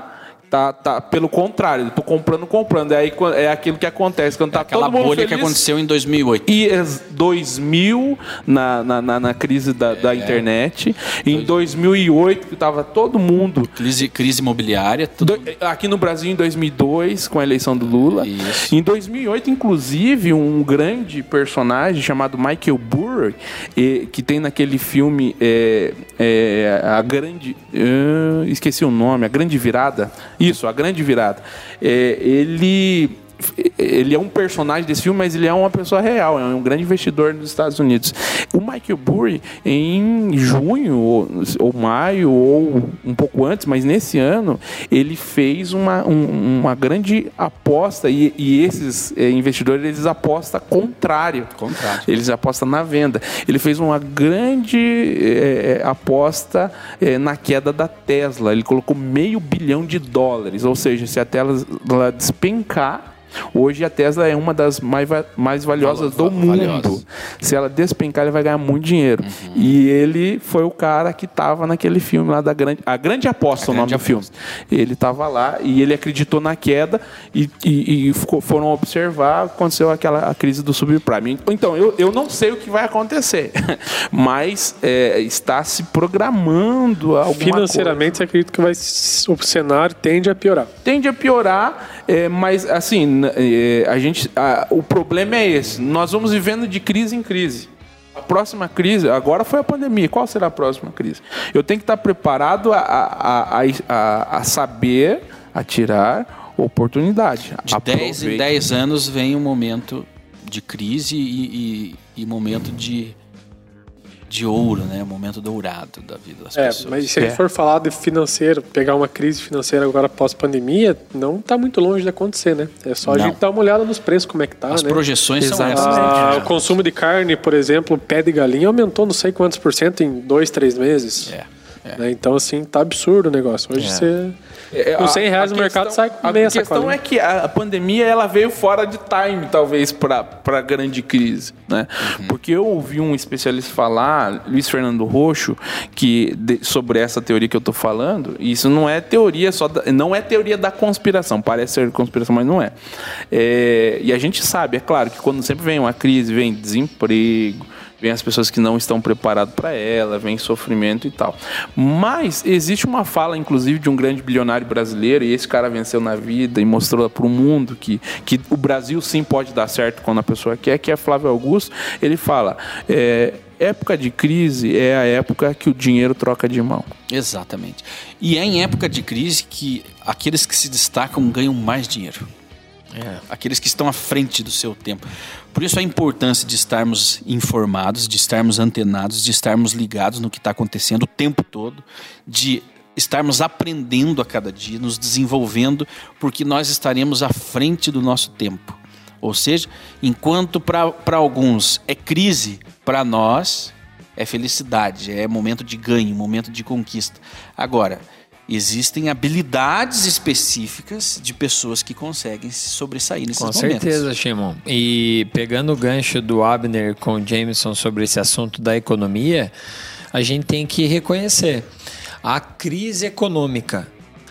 Tá, tá, pelo contrário, eu tô comprando, comprando. É, aí, é aquilo que acontece quando tá é aquela todo mundo bolha feliz, que aconteceu em dois mil e oito. E dois mil, na, na, na, na crise da, da é. internet. Em dois mil e oito, que tava todo mundo... Crise, crise imobiliária. Tudo... Do, aqui no Brasil, em dois mil e dois, com a eleição do Lula. Isso. Em dois mil e oito, inclusive, um grande personagem chamado Michael Burry, eh, que tem naquele filme eh, eh, A Grande... Uh, esqueci o nome, A Grande Virada. Isso, A Grande Virada. É, ele, ele é um personagem desse filme, mas ele é uma pessoa real, é um grande investidor nos Estados Unidos. O Michael Burry, em junho, ou, ou maio, ou um pouco antes, mas nesse ano, ele fez uma, um, uma grande aposta, e, e esses é, investidores, eles apostam contrário. Contrário. Eles apostam na venda. Ele fez uma grande é, aposta é, na queda da Tesla. Ele colocou meio bilhão de dólares. Ou seja, se a Tesla despencar, hoje a Tesla é uma das mais, mais valiosas do mundo. Valiosa. Se ela despencar, ele vai ganhar muito dinheiro. Uhum. E ele foi o cara que estava naquele filme lá da grande... A Grande Aposta, a o nome aposta. do filme. Ele estava lá e ele acreditou na queda e, e, e ficou, foram observar, aconteceu aquela a crise do subprime. Então, eu, eu não sei o que vai acontecer, mas é, está se programando alguma Financeiramente, coisa. você acredita que vai, o cenário tende a piorar? Tende a piorar, é, mas assim... A gente, a, o problema é esse. Nós vamos vivendo de crise em crise. A próxima crise, agora foi a pandemia. Qual será a próxima crise? Eu tenho que estar preparado a, a, a, a, a saber, a tirar oportunidade. De dez em dez anos vem um momento de crise e, e, e momento de... de ouro, né? O momento dourado da vida das é, pessoas. Mas se a gente é. for falar de financeiro, pegar uma crise financeira agora pós-pandemia, não está muito longe de acontecer, né? É só não. a gente dar uma olhada nos preços, como é que tá, As né? projeções Exatamente. são essas. Ah, né? o consumo de carne, por exemplo, pé de galinha aumentou não sei quantos por cento em dois, três meses. É. É. Né? Então, assim, tá absurdo o negócio. Hoje É. você... É, com cem reais a no mercado questão, sai com meia A questão sacola. é que a pandemia ela veio fora de time, talvez, para a grande crise. Né? Uhum. Porque eu ouvi um especialista falar, Luiz Fernando Roxo, que, de, sobre essa teoria que eu estou falando, e isso não é teoria só da, não é teoria da conspiração, parece ser conspiração, mas não é. é. E a gente sabe, é claro, que quando sempre vem uma crise, vem desemprego, vem as pessoas que não estão preparadas para ela, vem sofrimento e tal. Mas existe uma fala, inclusive, de um grande bilionário brasileiro, e esse cara venceu na vida e mostrou para o mundo que, que o Brasil sim pode dar certo quando a pessoa quer, que é Flávio Augusto. Ele fala, é, época de crise é a época que o dinheiro troca de mão. Exatamente. E é em época de crise que aqueles que se destacam ganham mais dinheiro. É. Aqueles que estão à frente do seu tempo. Por isso a importância de estarmos informados, de estarmos antenados, de estarmos ligados no que está acontecendo o tempo todo, de estarmos aprendendo a cada dia, nos desenvolvendo, porque nós estaremos à frente do nosso tempo. Ou seja, enquanto para alguns é crise, para nós é felicidade, é momento de ganho, momento de conquista. Agora, existem habilidades específicas de pessoas que conseguem se sobressair nesses momentos. Com certeza, Shimon. E pegando o gancho do Abner com o Jameson sobre esse assunto da economia, a gente tem que reconhecer a crise econômica.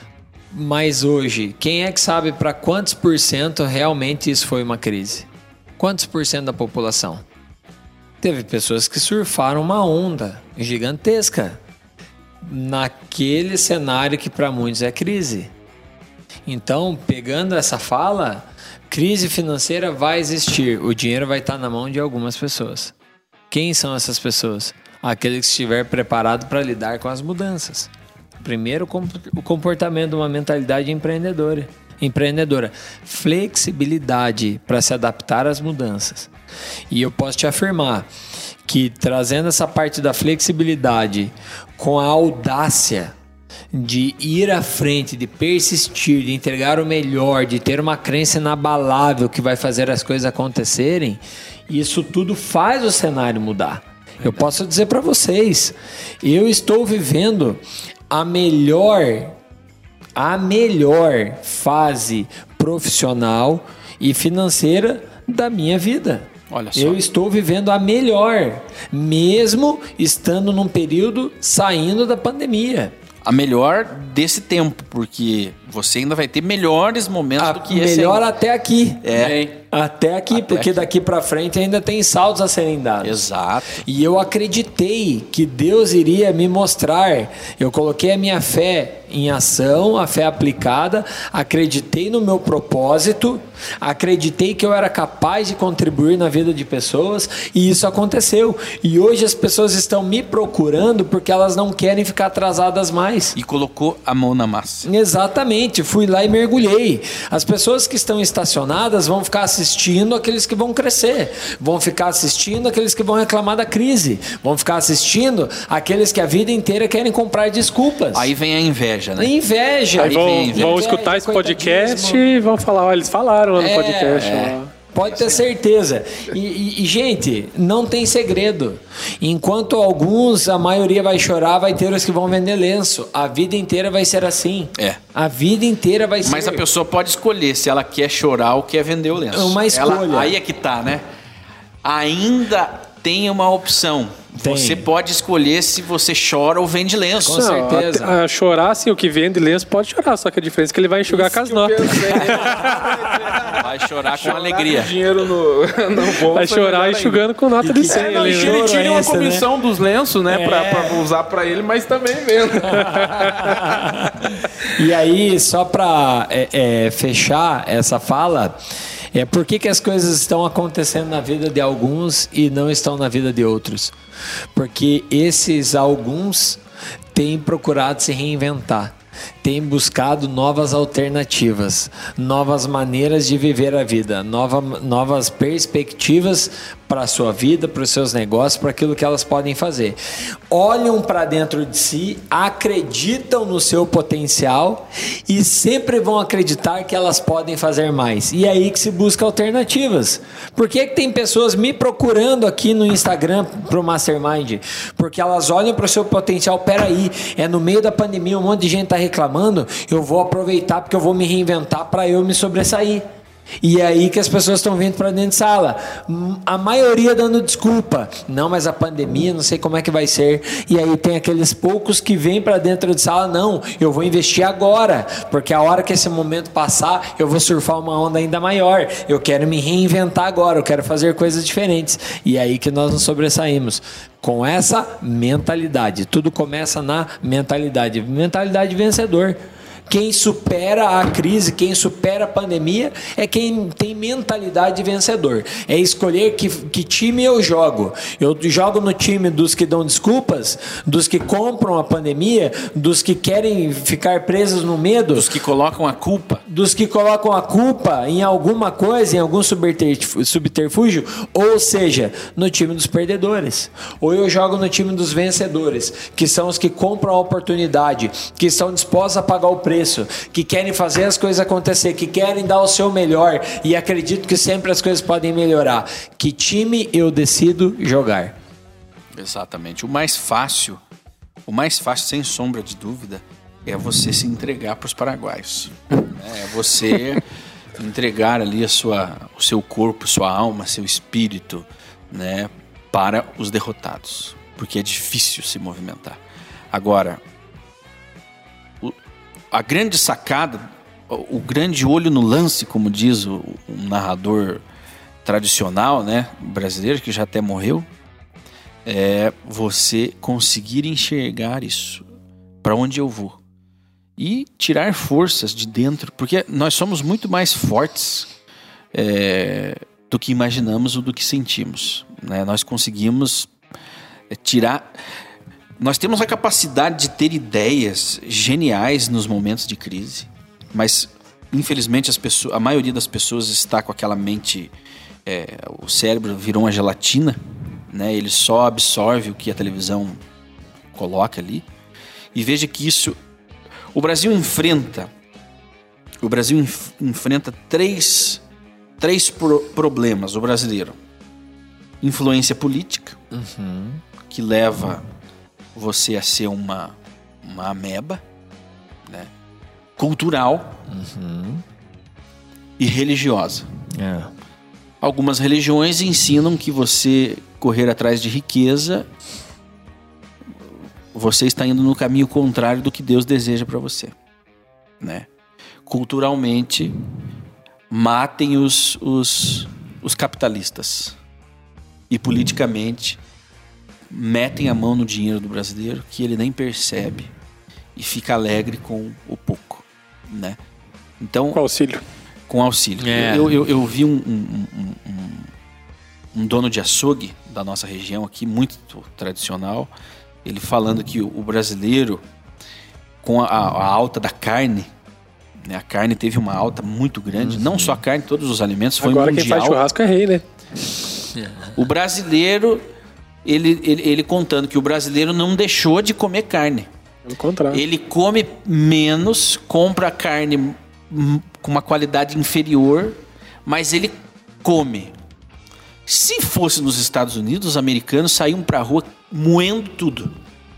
Mas hoje, quem é que sabe para quantos por cento realmente isso foi uma crise? Quantos por cento da população? Teve pessoas que surfaram uma onda gigantesca naquele cenário que para muitos é crise. Então, pegando essa fala, crise financeira vai existir, o dinheiro vai estar na mão de algumas pessoas. Quem são essas pessoas? Aquele que estiver preparado para lidar com as mudanças. Primeiro, o comportamento de uma mentalidade empreendedora. Empreendedora, flexibilidade para se adaptar às mudanças. E eu posso te afirmar que trazendo essa parte da flexibilidade com a audácia de ir à frente, de persistir, de entregar o melhor, de ter uma crença inabalável que vai fazer as coisas acontecerem, isso tudo faz o cenário mudar. Eu posso dizer para vocês, eu estou vivendo a melhor, a melhor fase profissional e financeira da minha vida. Olha só. Eu estou vivendo a melhor, mesmo estando num período saindo da pandemia. a melhor desse tempo, porque você ainda vai ter melhores momentos A do que esse. melhor ainda. até aqui. É. Até aqui, Até porque aqui. daqui pra frente ainda tem saldos a serem dados. Exato. E eu acreditei que Deus iria me mostrar. Eu coloquei a minha fé em ação, a fé aplicada, acreditei no meu propósito, acreditei que eu era capaz de contribuir na vida de pessoas, e isso aconteceu. E hoje as pessoas estão me procurando porque elas não querem ficar atrasadas mais. E colocou a mão na massa. Exatamente, fui lá e mergulhei. As pessoas que estão estacionadas vão ficar assistindo aqueles que vão crescer, vão ficar assistindo aqueles que vão reclamar da crise, vão ficar assistindo aqueles que a vida inteira querem comprar desculpas. Aí vem a inveja, né? Inveja. Aí vão, vem, vem. vão Inveja, escutar esse podcast coitadismo. e vão falar, olha, eles falaram lá no É, podcast. é. Ó. Pode ter certeza. E, e- e, gente, não tem segredo. Enquanto alguns, a maioria vai chorar, vai ter os que vão vender lenço. A vida inteira vai ser assim. É. A vida inteira vai ser. Mas a pessoa pode escolher se ela quer chorar ou quer vender o lenço. É uma escolha. Ela- aí é que tá, né? Ainda tem uma opção. Tem. Você pode escolher se você chora ou vende lenço. Com certeza. a- a chorar, assim, o que vende lenço pode chorar, só que a diferença é que ele vai enxugar com as notas. Vai chorar com alegria. Dinheiro no, no bolso. Vai é chorar melhor ainda. enxugando com nota de que- cem. É, não, ali, e que né? ele tire uma essa, né? comissão dos lenços, né? Pra, É. pra usar pra ele, mas também vendo. E aí, só para fechar essa fala, é por que, que as coisas estão acontecendo na vida de alguns e não estão na vida de outros? Porque esses alguns têm procurado se reinventar, têm buscado novas alternativas, novas maneiras de viver a vida, nova, novas perspectivas para a sua vida, para os seus negócios, para aquilo que elas podem fazer. Olham para dentro de si, acreditam no seu potencial e sempre vão acreditar que elas podem fazer mais. E é aí que se busca alternativas. Por que que tem pessoas me procurando aqui no Instagram para o Mastermind? Porque elas olham para o seu potencial. Peraí, é no meio da pandemia, um monte de gente está reclamando, eu vou aproveitar porque eu vou me reinventar para eu me sobressair. E é aí que as pessoas estão vindo para dentro de sala. A maioria dando desculpa. Não, mas a pandemia, não sei como é que vai ser. E aí tem aqueles poucos que vêm para dentro de sala. Não, eu vou investir agora. Porque a hora que esse momento passar, eu vou surfar uma onda ainda maior. Eu quero me reinventar agora. Eu quero fazer coisas diferentes. E é aí que nós nos sobressaímos. Com essa mentalidade. Tudo começa na mentalidade. Mentalidade vencedor. Quem supera a crise, quem supera a pandemia é quem tem mentalidade de vencedor. É escolher que, que time eu jogo. Eu jogo no time dos que dão desculpas, dos que compram a pandemia, dos que querem ficar presos no medo, Os que colocam a culpa. dos que colocam a culpa em alguma coisa, em algum subterf- subterfúgio, ou seja, no time dos perdedores. Ou eu jogo no time dos vencedores, que são os que compram a oportunidade, que estão dispostos a pagar o preço, que querem fazer as coisas acontecer, que querem dar o seu melhor e acredito que sempre as coisas podem melhorar. Que time eu decido jogar? Exatamente. O mais fácil, o mais fácil, sem sombra de dúvida, é você se entregar para os paraguaios. É você entregar ali a sua, o seu corpo, sua alma, seu espírito, né, para os derrotados. Porque é difícil se movimentar. Agora, o, a grande sacada, o, o grande olho no lance, como diz o, o narrador tradicional, né, brasileiro, que já até morreu, é você conseguir enxergar isso. Para onde eu vou? E tirar forças de dentro, porque nós somos muito mais fortes é, do que imaginamos ou do que sentimos, né? Nós conseguimos é, tirar... Nós temos a capacidade de ter ideias geniais nos momentos de crise, mas infelizmente as pessoas, a maioria das pessoas está com aquela mente... É, o cérebro virou uma gelatina, né? Ele só absorve o que a televisão coloca ali. E veja que isso... O Brasil enfrenta... O Brasil enf- enfrenta três, três pro- problemas, o brasileiro. Influência política, Uhum. que leva você a ser uma, uma ameba, né? Cultural e religiosa. É. Algumas religiões ensinam que você correr atrás de riqueza você está indo no caminho contrário do que Deus deseja para você, né? Culturalmente, matem os, os, os capitalistas. E politicamente, metem a mão no dinheiro do brasileiro que ele nem percebe e fica alegre com o pouco, né? Então, Com auxílio. com auxílio. É. Eu, eu, eu vi um, um, um, um, um dono de açougue da nossa região aqui, muito tradicional, ele falando que o, o brasileiro, com a, a alta da carne, né, a carne teve uma alta muito grande, Uhum. não só a carne, todos os alimentos, foi Agora mundial. quem faz churrasco é rei, né? O brasileiro, ele, ele, ele contando que o brasileiro não deixou de comer carne. Pelo contrário. Ele come menos, compra carne hum, com uma qualidade inferior, mas ele come. Se fosse nos Estados Unidos, os americanos saíam pra rua moendo tudo.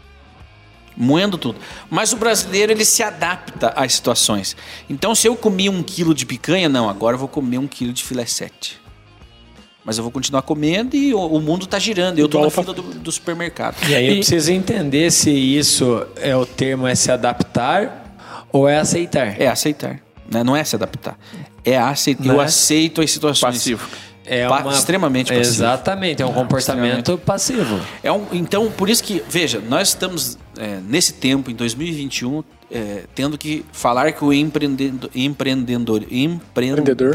Moendo tudo. Mas o brasileiro, ele se adapta às situações. Então, se eu comi um quilo de picanha, não, agora eu vou comer um quilo de filé sete. Mas eu vou continuar comendo e o, o mundo tá girando. Eu tô Igual na pra- fila do, do supermercado. E aí eu E- preciso entender se isso é o termo é se adaptar ou é aceitar. É aceitar, né? Não é se adaptar. É aceitar. Não Eu é? aceito as situações. Passivo. É Pa- uma... extremamente passivo. Exatamente, é um comportamento passivo. É um, então, por isso que, veja, nós estamos é, nesse tempo, em dois mil e vinte e um, é, tendo que falar que o empreendedor, empreendedor, empreendedor,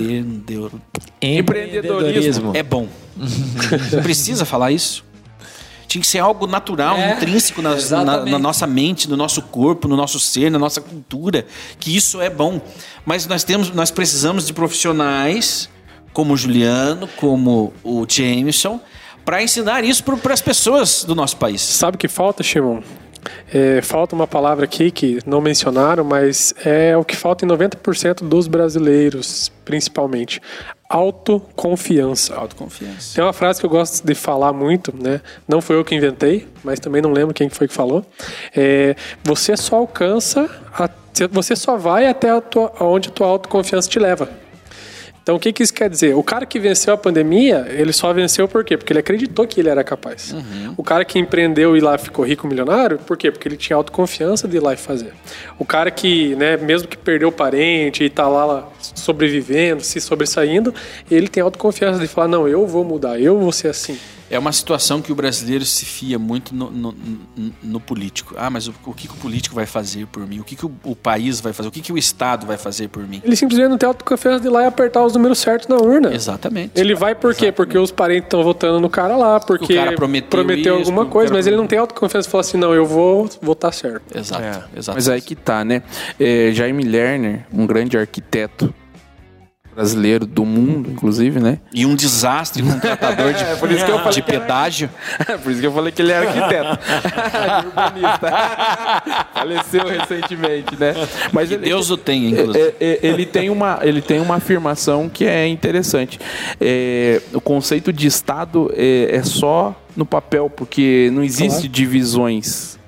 Empreendedorismo. é bom. Você precisa falar isso. Tinha que ser algo natural, É, intrínseco na, na, exatamente. na nossa mente, no nosso corpo, no nosso ser, na nossa cultura, que isso é bom. Mas nós temos, nós precisamos de profissionais como o Juliano, como o Jameson, para ensinar isso para as pessoas do nosso país. Sabe o que falta, Shimon? É, falta uma palavra aqui que não mencionaram, mas é o que falta em noventa por cento dos brasileiros, principalmente. Autoconfiança. Autoconfiança. Tem uma frase que eu gosto de falar muito, né? Não foi eu que inventei, mas também não lembro quem foi que falou. É, você só alcança, a, você só vai até a tua, onde a tua autoconfiança te leva. Então, o que, que isso quer dizer? O cara que venceu a pandemia, ele só venceu por quê? Porque ele acreditou que ele era capaz. Uhum. O cara que empreendeu e lá ficou rico, milionário, por quê? Porque ele tinha autoconfiança de ir lá e fazer. O cara que, né, mesmo que perdeu o parente e tá lá, lá sobrevivendo, se sobressaindo, ele tem autoconfiança de falar, não, eu vou mudar, eu vou ser assim. É uma situação que o brasileiro se fia muito no, no, no, no político. Ah, mas o, o que, que o político vai fazer por mim? O que, que o, o país vai fazer? O que, que o Estado vai fazer por mim? Ele simplesmente não tem autoconfiança de ir lá e apertar os números certos na urna. Exatamente. Ele vai por quê? Porque os parentes estão votando no cara lá, porque O cara prometeu isso, alguma o coisa, cara mas ele prometeu. não tem autoconfiança de falar assim, não, eu vou votar certo. Exato. É. Exato. Mas aí que tá, né? É, Jaime Lerner, um grande arquiteto brasileiro do mundo, inclusive, né? E um desastre com um tratador de, É, por isso que eu falei de que era- pedágio. Por isso que eu falei que ele era arquiteto. De urbanista. Faleceu recentemente, né? Mas Que ele, Deus o tenha, inclusive. é, é, ele, tem uma, ele tem uma afirmação que é interessante. É, o conceito de Estado é, é só no papel, porque não existe Claro. divisões.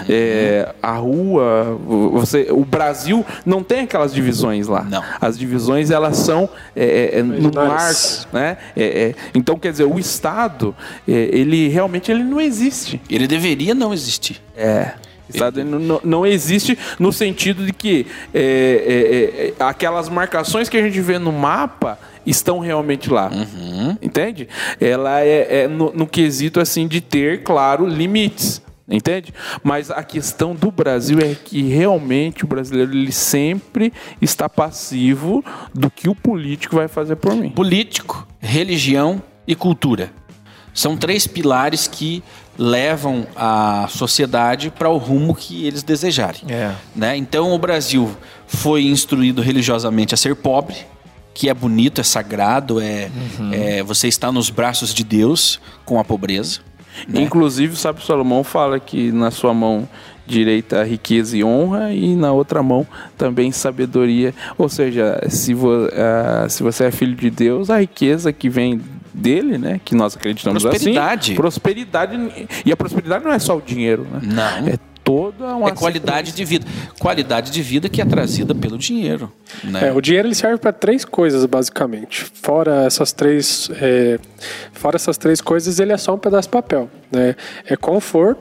É, a rua, você, o Brasil não tem aquelas divisões lá. Não. As divisões elas são é, é, no Imaginárias. marco, né? É, é, então quer dizer, o Estado, é, ele realmente ele não existe. Ele deveria não existir. É. O Estado ele não, não existe no sentido de que é, é, é, aquelas marcações que a gente vê no mapa estão realmente lá. Entende? Ela é, é no, no quesito assim de ter, claro, limites. Entende? Mas a questão do Brasil é que realmente o brasileiro ele sempre está passivo do que o político vai fazer por mim. Político, religião e cultura. São três pilares que levam a sociedade para o rumo que eles desejarem. É. Né? Então o Brasil foi instruído religiosamente a ser pobre, que é bonito, é sagrado, é, é você está nos braços de Deus com a pobreza. Né? Inclusive, o Sábio Salomão fala que na sua mão direita riqueza e honra e na outra mão também sabedoria. Ou seja, se, vo, uh, se você é filho de Deus, a riqueza que vem dele, né, que nós acreditamos Prosperidade. assim, prosperidade. E a prosperidade não é só o dinheiro, né? Não. É toda uma É qualidade de vida. Qualidade de vida que é trazida pelo dinheiro. Né? É, o dinheiro ele serve para três coisas, basicamente. Fora essas três, é, fora essas três coisas, ele é só um pedaço de papel. Né? É conforto,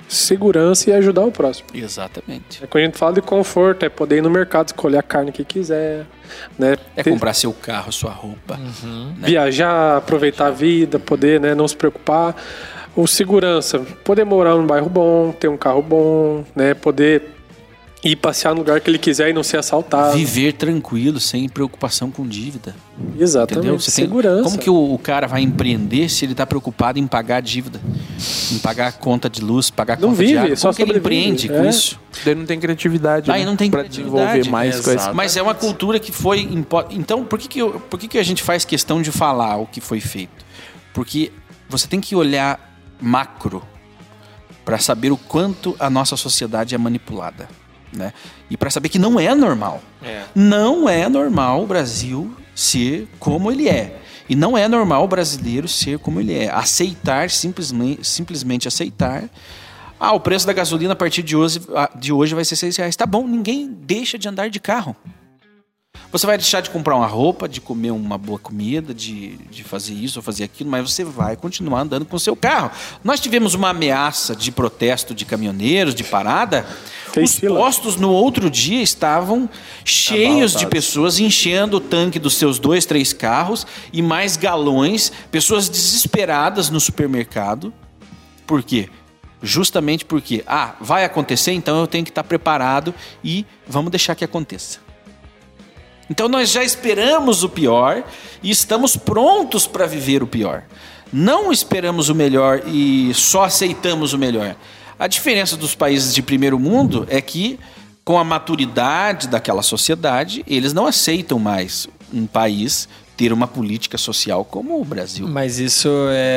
segurança e ajudar o próximo. Exatamente. É, quando a gente fala de conforto, é poder ir no mercado, escolher a carne que quiser, né? É Ter- comprar seu carro, sua roupa. Uhum. né? viajar, aproveitar a vida, poder, né, não se preocupar. O segurança, poder morar num bairro bom, ter um carro bom, né, poder ir passear no lugar que ele quiser e não ser assaltado. Viver tranquilo, sem preocupação com dívida. Exatamente. Entendeu? Você tem- Segurança. como que o, o cara vai empreender se ele está preocupado em pagar a dívida? Em pagar a conta de luz, pagar a Não conta vive, de água? só Como que ele sobrevive, empreende com é. isso? Daí não tem criatividade, Aí né? não tem pra criatividade. desenvolver mais Exato. coisas. Mas é uma cultura que foi... impo- Então, por que que, eu- por que que a gente faz questão de falar o que foi feito? Porque você tem que olhar macro para saber o quanto a nossa sociedade é manipulada, né? E para saber que não é normal. É. Não é normal o Brasil ser como ele é. E não é normal o brasileiro ser como ele é. Aceitar, simplesmente, simplesmente aceitar. Ah, o preço da gasolina a partir de hoje, de hoje vai ser seis reais. Tá bom, ninguém deixa de andar de carro. Você vai deixar de comprar uma roupa, de comer uma boa comida, de, de fazer isso ou fazer aquilo, mas você vai continuar andando com o seu carro. Nós tivemos uma ameaça de protesto de caminhoneiros, de parada. Fez Os fila. postos no outro dia estavam cheios de pessoas enchendo o tanque dos seus dois, três carros e mais galões, pessoas desesperadas no supermercado. Por quê? Justamente porque, ah, vai acontecer, então eu tenho que estar preparado e vamos deixar que aconteça. Então nós já esperamos o pior e estamos prontos para viver o pior. Não esperamos o melhor e só aceitamos o melhor. A diferença dos países de primeiro mundo é que, com a maturidade daquela sociedade, eles não aceitam mais um país ter uma política social como o Brasil. Mas isso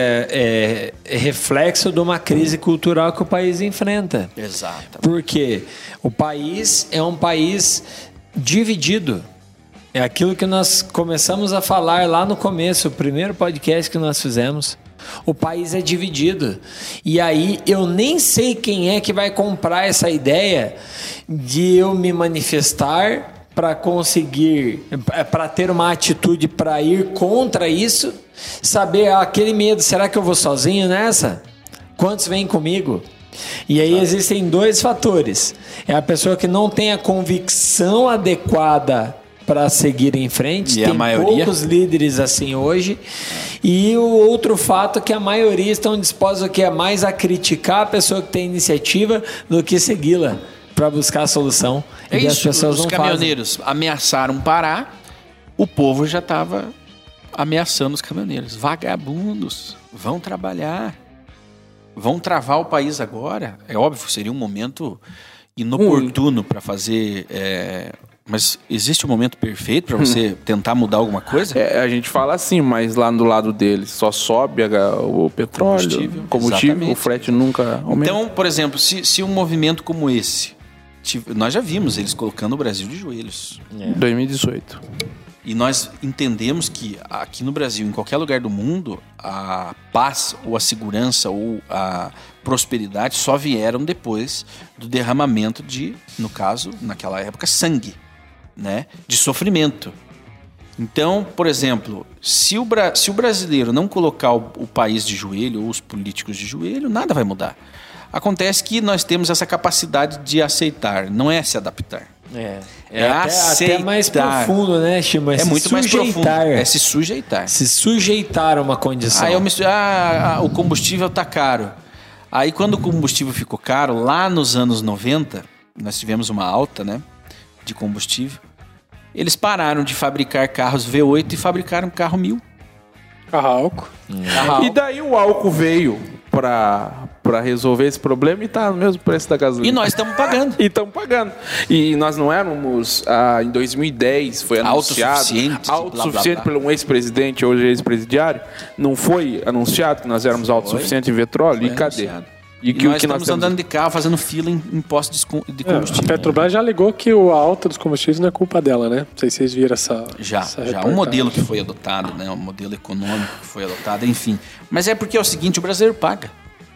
é, é- é reflexo de uma crise cultural que o país enfrenta. Exato. Porque o país é um país dividido. É aquilo que nós começamos a falar lá no começo, o primeiro podcast que nós fizemos. O país é dividido. E aí eu nem sei quem é que vai comprar essa ideia de eu me manifestar para conseguir, para ter uma atitude para ir contra isso, saber ah, aquele medo, será que eu vou sozinho nessa? Quantos vêm comigo? E aí existem dois fatores. É a pessoa que não tem a convicção adequada para seguir em frente. E Tem a maioria? poucos líderes assim hoje. E o outro fato é que a maioria estão dispostos aqui a mais a criticar a pessoa que tem iniciativa do que segui-la para buscar a solução. É e as isso, pessoas os não caminhoneiros ameaçaram parar, o povo já estava ameaçando os caminhoneiros. Vagabundos, vão trabalhar, vão travar o país agora. É óbvio, seria um momento inoportuno para fazer... é, mas existe um momento perfeito para você tentar mudar alguma coisa? É, a gente fala assim, mas lá do lado deles só sobe a- o petróleo, Combustível. combustível, Exatamente. o frete nunca aumenta. Então, por exemplo, se, se um movimento como esse... tive- Nós já vimos eles colocando o Brasil de joelhos. dois mil e dezoito. E nós entendemos que aqui no Brasil, em qualquer lugar do mundo, a paz ou a segurança ou a prosperidade só vieram depois do derramamento de, no caso, naquela época, sangue, né? De sofrimento. Então, por exemplo, se o, Bra- se o brasileiro não colocar o, o país de joelho ou os políticos de joelho, nada vai mudar. Acontece que nós temos essa capacidade de aceitar, não é se adaptar. É, É até, até mais aceitar. profundo, né, Chima? É, se muito mais profundo. sujeitar. É se sujeitar. Se sujeitar a uma condição. Aí eu me... ah, ah, o combustível tá caro. Aí quando o combustível ficou caro, lá nos anos noventa, nós tivemos uma alta, né, de combustível. Eles pararam de fabricar carros V oito e fabricaram carro mil. Carro álcool. Carro E daí o álcool veio para para resolver esse problema e tá no mesmo preço da gasolina. E nós estamos pagando. E estamos pagando. E nós não éramos, ah, em dois mil e dez, foi anunciado... Autossuficientes, Autossuficiente blá, blá, blá. por um ex-presidente, hoje ex-presidiário. Não foi anunciado que nós éramos autossuficientes em petróleo? Foi E cadê? anunciado. E, E que, o nós que nós estamos temos... andando de carro, fazendo fila em, em postos de com- de É, a combustível. Petrobras já alegou que o- a alta dos combustíveis não é culpa dela, né? Não sei se vocês viram essa. Já, essa já. reportagem. Um modelo que foi adotado, né? Um modelo econômico que foi adotado, enfim. Mas é porque é o seguinte, o brasileiro paga.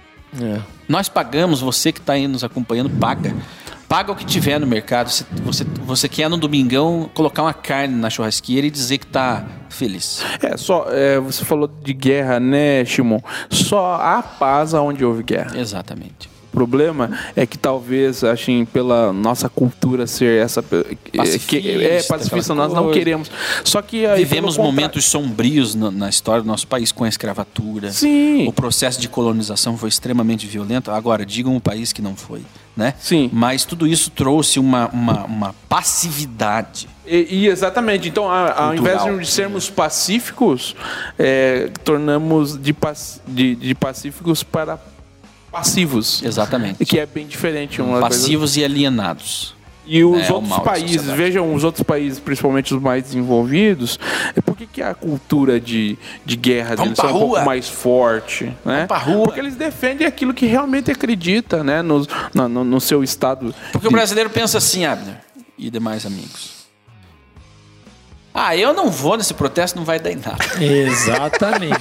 É. Nós pagamos, você que está aí nos acompanhando, paga. Paga o que tiver no mercado. Você, você, você quer no domingão colocar uma carne na churrasqueira e dizer que está feliz. É, só, é, você falou de guerra, né, Shimon? Só há paz onde houve guerra. Exatamente. problema é que talvez, assim, pela nossa cultura ser essa... Pacifista, que, é, pacifista, nós não queremos. Só que aí, vivemos momentos sombrios no, na história do nosso país com a escravatura. Sim. O processo de colonização foi extremamente violento. Agora, digam um país que não foi, né? Sim. Mas tudo isso trouxe uma, uma, uma passividade. E, e exatamente. Então, a, ao invés de sermos pacíficos, é, tornamos de, pac, de, de pacíficos para passivos. Exatamente. Que é bem diferente. Uma Passivos coisa... e alienados. E os é, outros países, vejam os outros países, principalmente os mais desenvolvidos, por que, que a cultura de, de guerra deles é um pouco mais forte? Né? Porque eles defendem aquilo que realmente acredita, né? no, no, no seu estado. Porque de... o brasileiro pensa assim, Abner e demais amigos. Ah, eu não vou nesse protesto, não vai dar em nada. Exatamente.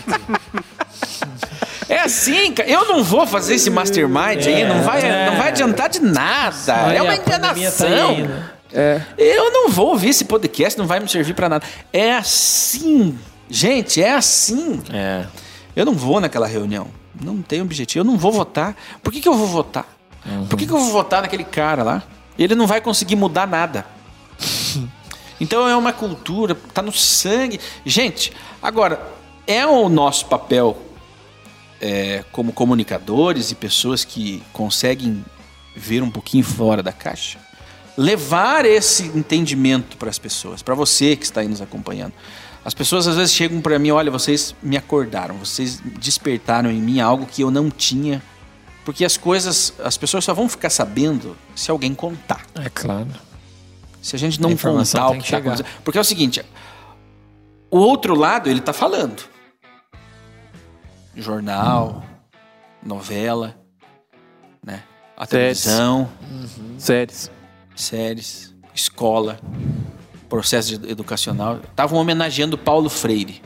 É assim, cara. Eu não vou fazer esse mastermind é, aí, não vai, é. não vai adiantar de nada. Olha, é uma enganação. Tá é. Eu não vou ouvir esse podcast, não vai me servir pra nada. É assim. Gente, é assim. É. Eu não vou naquela reunião. Não tenho objetivo. Eu não vou votar. Por que, que eu vou votar? Uhum. Por que, que eu vou votar naquele cara lá? Ele não vai conseguir mudar nada. Então é uma cultura, tá no sangue. Gente, agora, é o nosso papel... É, como comunicadores e pessoas que conseguem ver um pouquinho fora da caixa, levar esse entendimento para as pessoas, para você que está aí nos acompanhando. As pessoas às vezes chegam para mim, olha, vocês me acordaram, vocês despertaram em mim algo que eu não tinha, porque as coisas, as pessoas só vão ficar sabendo se alguém contar. É claro. Se a gente não contar o que está acontecendo. Porque é o seguinte, o outro lado ele está falando. Jornal, hum. novela, né? A séries. televisão, uhum. séries, séries, escola, processo educacional. Estavam homenageando Paulo Freire.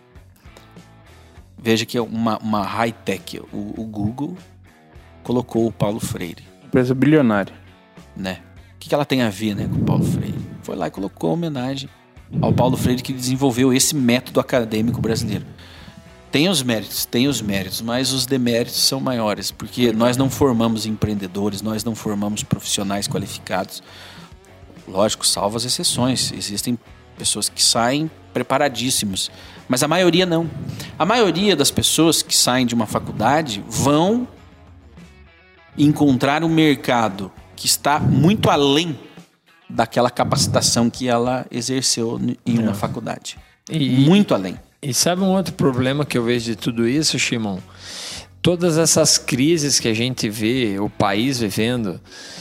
Veja que é uma, uma high-tech. O, o Google colocou o Paulo Freire. Empresa bilionária. Né? O que, que ela tem a ver, né, com o Paulo Freire? Foi lá e colocou a homenagem ao Paulo Freire que desenvolveu esse método acadêmico brasileiro. Tem os méritos, tem os méritos, mas os deméritos são maiores, porque nós não formamos empreendedores, nós não formamos profissionais qualificados. Lógico, salvo as exceções, existem pessoas que saem preparadíssimos, mas a maioria não. A maioria das pessoas que saem de uma faculdade vão encontrar um mercado que está muito além daquela capacitação que ela exerceu em uma é. faculdade. E, muito além. E sabe um outro problema que eu vejo de tudo isso, Shimon? Todas essas crises que a gente vê, o país vivendo,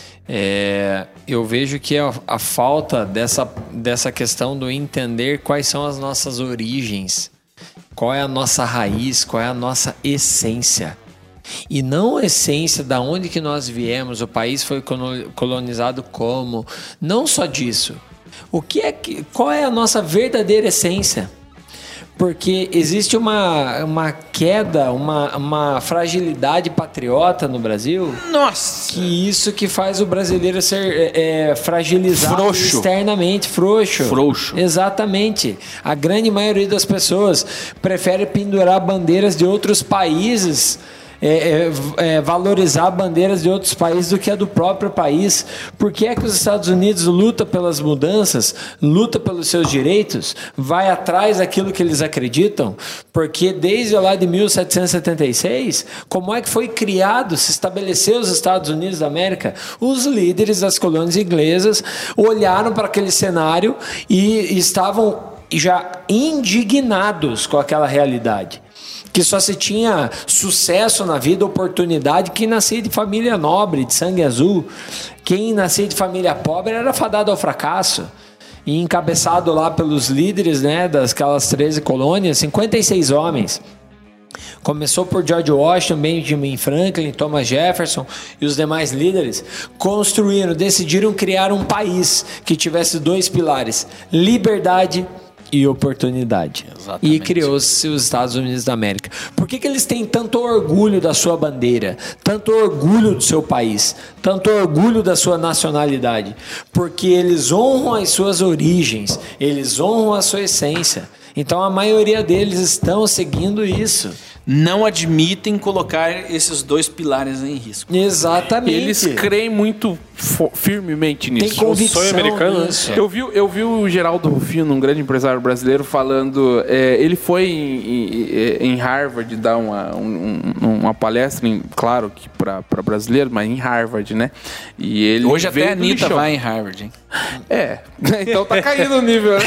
é, eu vejo que a, a falta dessa, dessa questão do entender quais são as nossas origens, qual é a nossa raiz, qual é a nossa essência. E não a essência da onde que nós viemos, o país foi colonizado como, não só disso. O que é que, qual é a nossa verdadeira essência? Porque existe uma, uma queda, uma, uma fragilidade patriota no Brasil. Nossa! Que isso que faz o brasileiro ser é, fragilizado frouxo. externamente, frouxo. Frouxo. Exatamente. A grande maioria das pessoas prefere pendurar bandeiras de outros países, É, é, é, valorizar bandeiras de outros países do que a do próprio país. Por que é que os Estados Unidos luta pelas mudanças, luta pelos seus direitos, vai atrás daquilo que eles acreditam? Porque desde lá de mil setecentos e setenta e seis, como é que foi criado, se estabeleceu os Estados Unidos da América? Os líderes das colônias inglesas olharam para aquele cenário e estavam já indignados com aquela realidade. Que só se tinha sucesso na vida, oportunidade, quem nascia de família nobre, de sangue azul. Quem nascia de família pobre era fadado ao fracasso. E encabeçado lá pelos líderes, né, daquelas treze colônias, cinquenta e seis homens. Começou por George Washington, Benjamin Franklin, Thomas Jefferson e os demais líderes. Construíram, decidiram criar um país que tivesse dois pilares: liberdade e oportunidade. Exatamente. E criou-se os Estados Unidos da América. Por que que eles têm tanto orgulho da sua bandeira, tanto orgulho do seu país, tanto orgulho da sua nacionalidade? Porque eles honram as suas origens, eles honram a sua essência. Então a maioria deles estão seguindo isso. não admitem colocar esses dois pilares em risco. Exatamente. Eles creem muito fo- firmemente nisso. Tem convicção sonho americano, né? nisso. Eu vi, eu vi o Geraldo Rufino, um grande empresário brasileiro, falando. É, ele foi em, em, em Harvard dar uma, um, uma palestra, em, claro que para brasileiro, mas em Harvard, né? E ele Hoje até veio a do Anitta lixão. vai em Harvard, hein? É, então tá caindo o nível, né?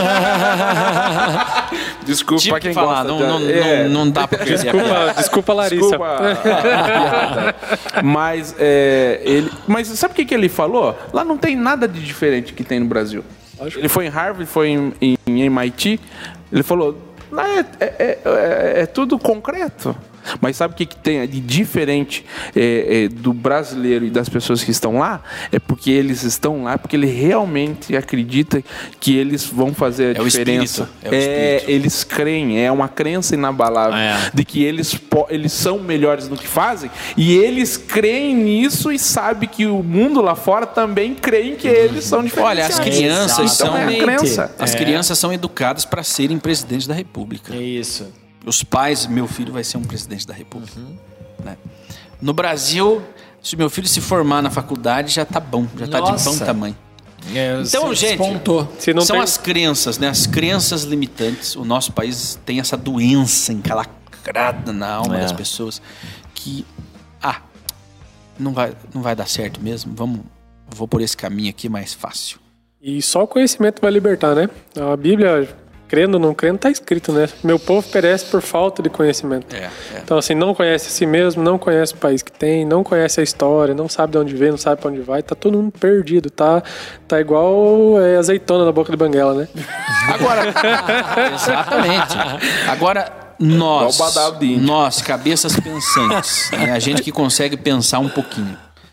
Desculpa Tive quem que falar, gosta. não, não, de- é. não, não dá pra perder a Desculpa, piada. desculpa, Larissa. Desculpa a- a piada. Mas, é, ele, mas sabe o que, que ele falou? Lá não tem nada de diferente que tem no Brasil. Ele foi em Harvard, foi em, em, em M I T. Ele falou, lá é, é, é, é tudo concreto. Mas sabe o que, que tem de diferente é, é, do brasileiro e das pessoas que estão lá? É porque eles estão lá porque ele realmente acredita que eles vão fazer a É o diferença. espírito, é o espírito. Eles creem, é uma crença inabalável É. de que eles, po- eles são melhores no que fazem e eles creem nisso e sabem que o mundo lá fora também creem que eles são diferentes. Olha, as crianças então são- é a crença. As É. crianças são educadas para serem presidentes da República. É isso. Os pais, meu filho vai ser um presidente da República. Né? No Brasil, se meu filho se formar na faculdade, já tá bom, já tá de Nossa. bom tamanho. É, Então, se gente, despontou. Se não são tem- as crenças, né? As crenças limitantes. O nosso país tem essa doença encalacrada na alma É. das pessoas que, ah, não vai, não vai dar certo mesmo. Vamos, vou por esse caminho aqui mais fácil. E só o conhecimento vai libertar, né? A Bíblia, crendo ou não crendo, tá escrito, né? Meu povo perece por falta de conhecimento. É, é. Então, assim, não conhece a si mesmo, não conhece o país que tem, não conhece a história, não sabe de onde veio, não sabe pra onde vai, tá todo mundo perdido, tá, tá igual é, azeitona na boca de banguela, né? Agora, exatamente. Agora, nós, Igual o badalo de índio. nós, cabeças pensantes, né? A gente que consegue pensar um pouquinho.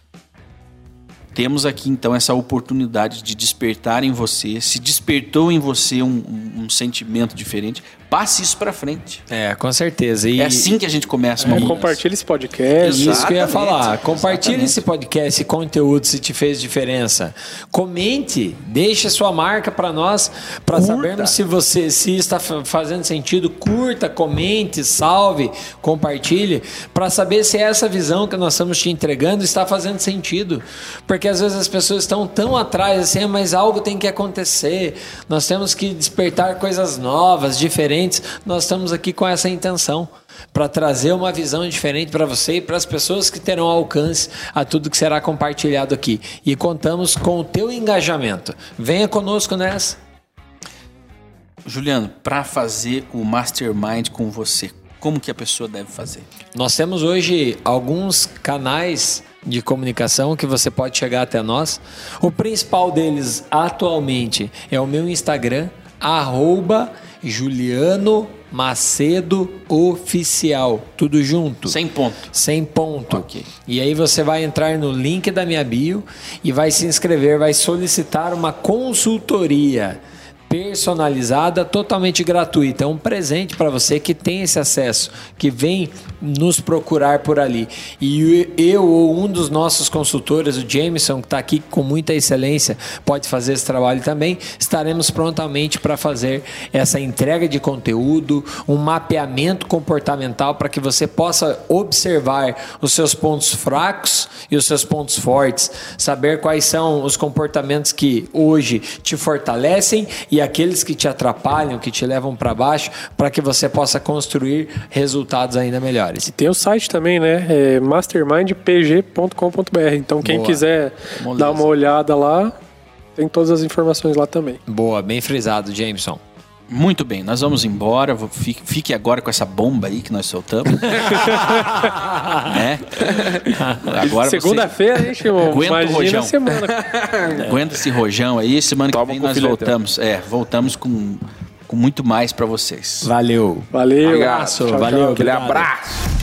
Temos aqui, então, essa oportunidade de despertar em você, se despertou em você um, um- um sentimento diferente, passe isso pra frente. É, com certeza. E É assim que a gente começa uma É, mudança. compartilha esse podcast. Isso que eu ia Exatamente, falar. Compartilhe exatamente. esse podcast, esse conteúdo, se te fez diferença. Comente, deixe a sua marca para nós, para sabermos se você se está fa- fazendo sentido. Curta, comente, salve, compartilhe, para saber se essa visão que nós estamos te entregando está fazendo sentido. Porque às vezes as pessoas estão tão atrás assim, "Ah, mas algo tem que acontecer. Nós temos que despertar coisas novas, diferentes. Nós estamos aqui com essa intenção, para trazer uma visão diferente para você e para as pessoas que terão alcance a tudo que será compartilhado aqui. E contamos com o teu engajamento. Venha conosco nessa. Juliano, para fazer o Mastermind com você, como que a pessoa deve fazer? Nós temos hoje alguns canais de comunicação que você pode chegar até nós. O principal deles atualmente é o meu Instagram, arroba Juliano Macedo Oficial. Tudo junto. Sem ponto. Sem ponto. Ok. E aí você vai entrar no link da minha bio e vai se inscrever, vai solicitar uma consultoria personalizada, totalmente gratuita. É um presente para você que tem esse acesso, que vem nos procurar por ali. E eu ou um dos nossos consultores, o Jameson, que está aqui com muita excelência, pode fazer esse trabalho também. Estaremos prontamente para fazer essa entrega de conteúdo, um mapeamento comportamental para que você possa observar os seus pontos fracos e os seus pontos fortes, saber quais são os comportamentos que hoje te fortalecem e aqueles que te atrapalham, que te levam para baixo, para que você possa construir resultados ainda melhores. E tem o site também, né? É mastermind p g ponto com ponto b r. Então, quem Boa. quiser Moleza. dar uma olhada lá, tem todas as informações lá também. Boa, bem frisado, Jameson. Muito bem, nós vamos embora. Vou- Fique, fique agora com essa bomba aí que nós soltamos. né? Agora você Segunda-feira, hein, Chimão? Aguenta o Imagina rojão. a semana. aguenta esse rojão aí. Semana que Toma vem com nós filetão. voltamos. É, voltamos com, com muito mais para vocês. Valeu. Valeu. Abraço, Tchau, valeu. tchau. Aquele obrigado. abraço.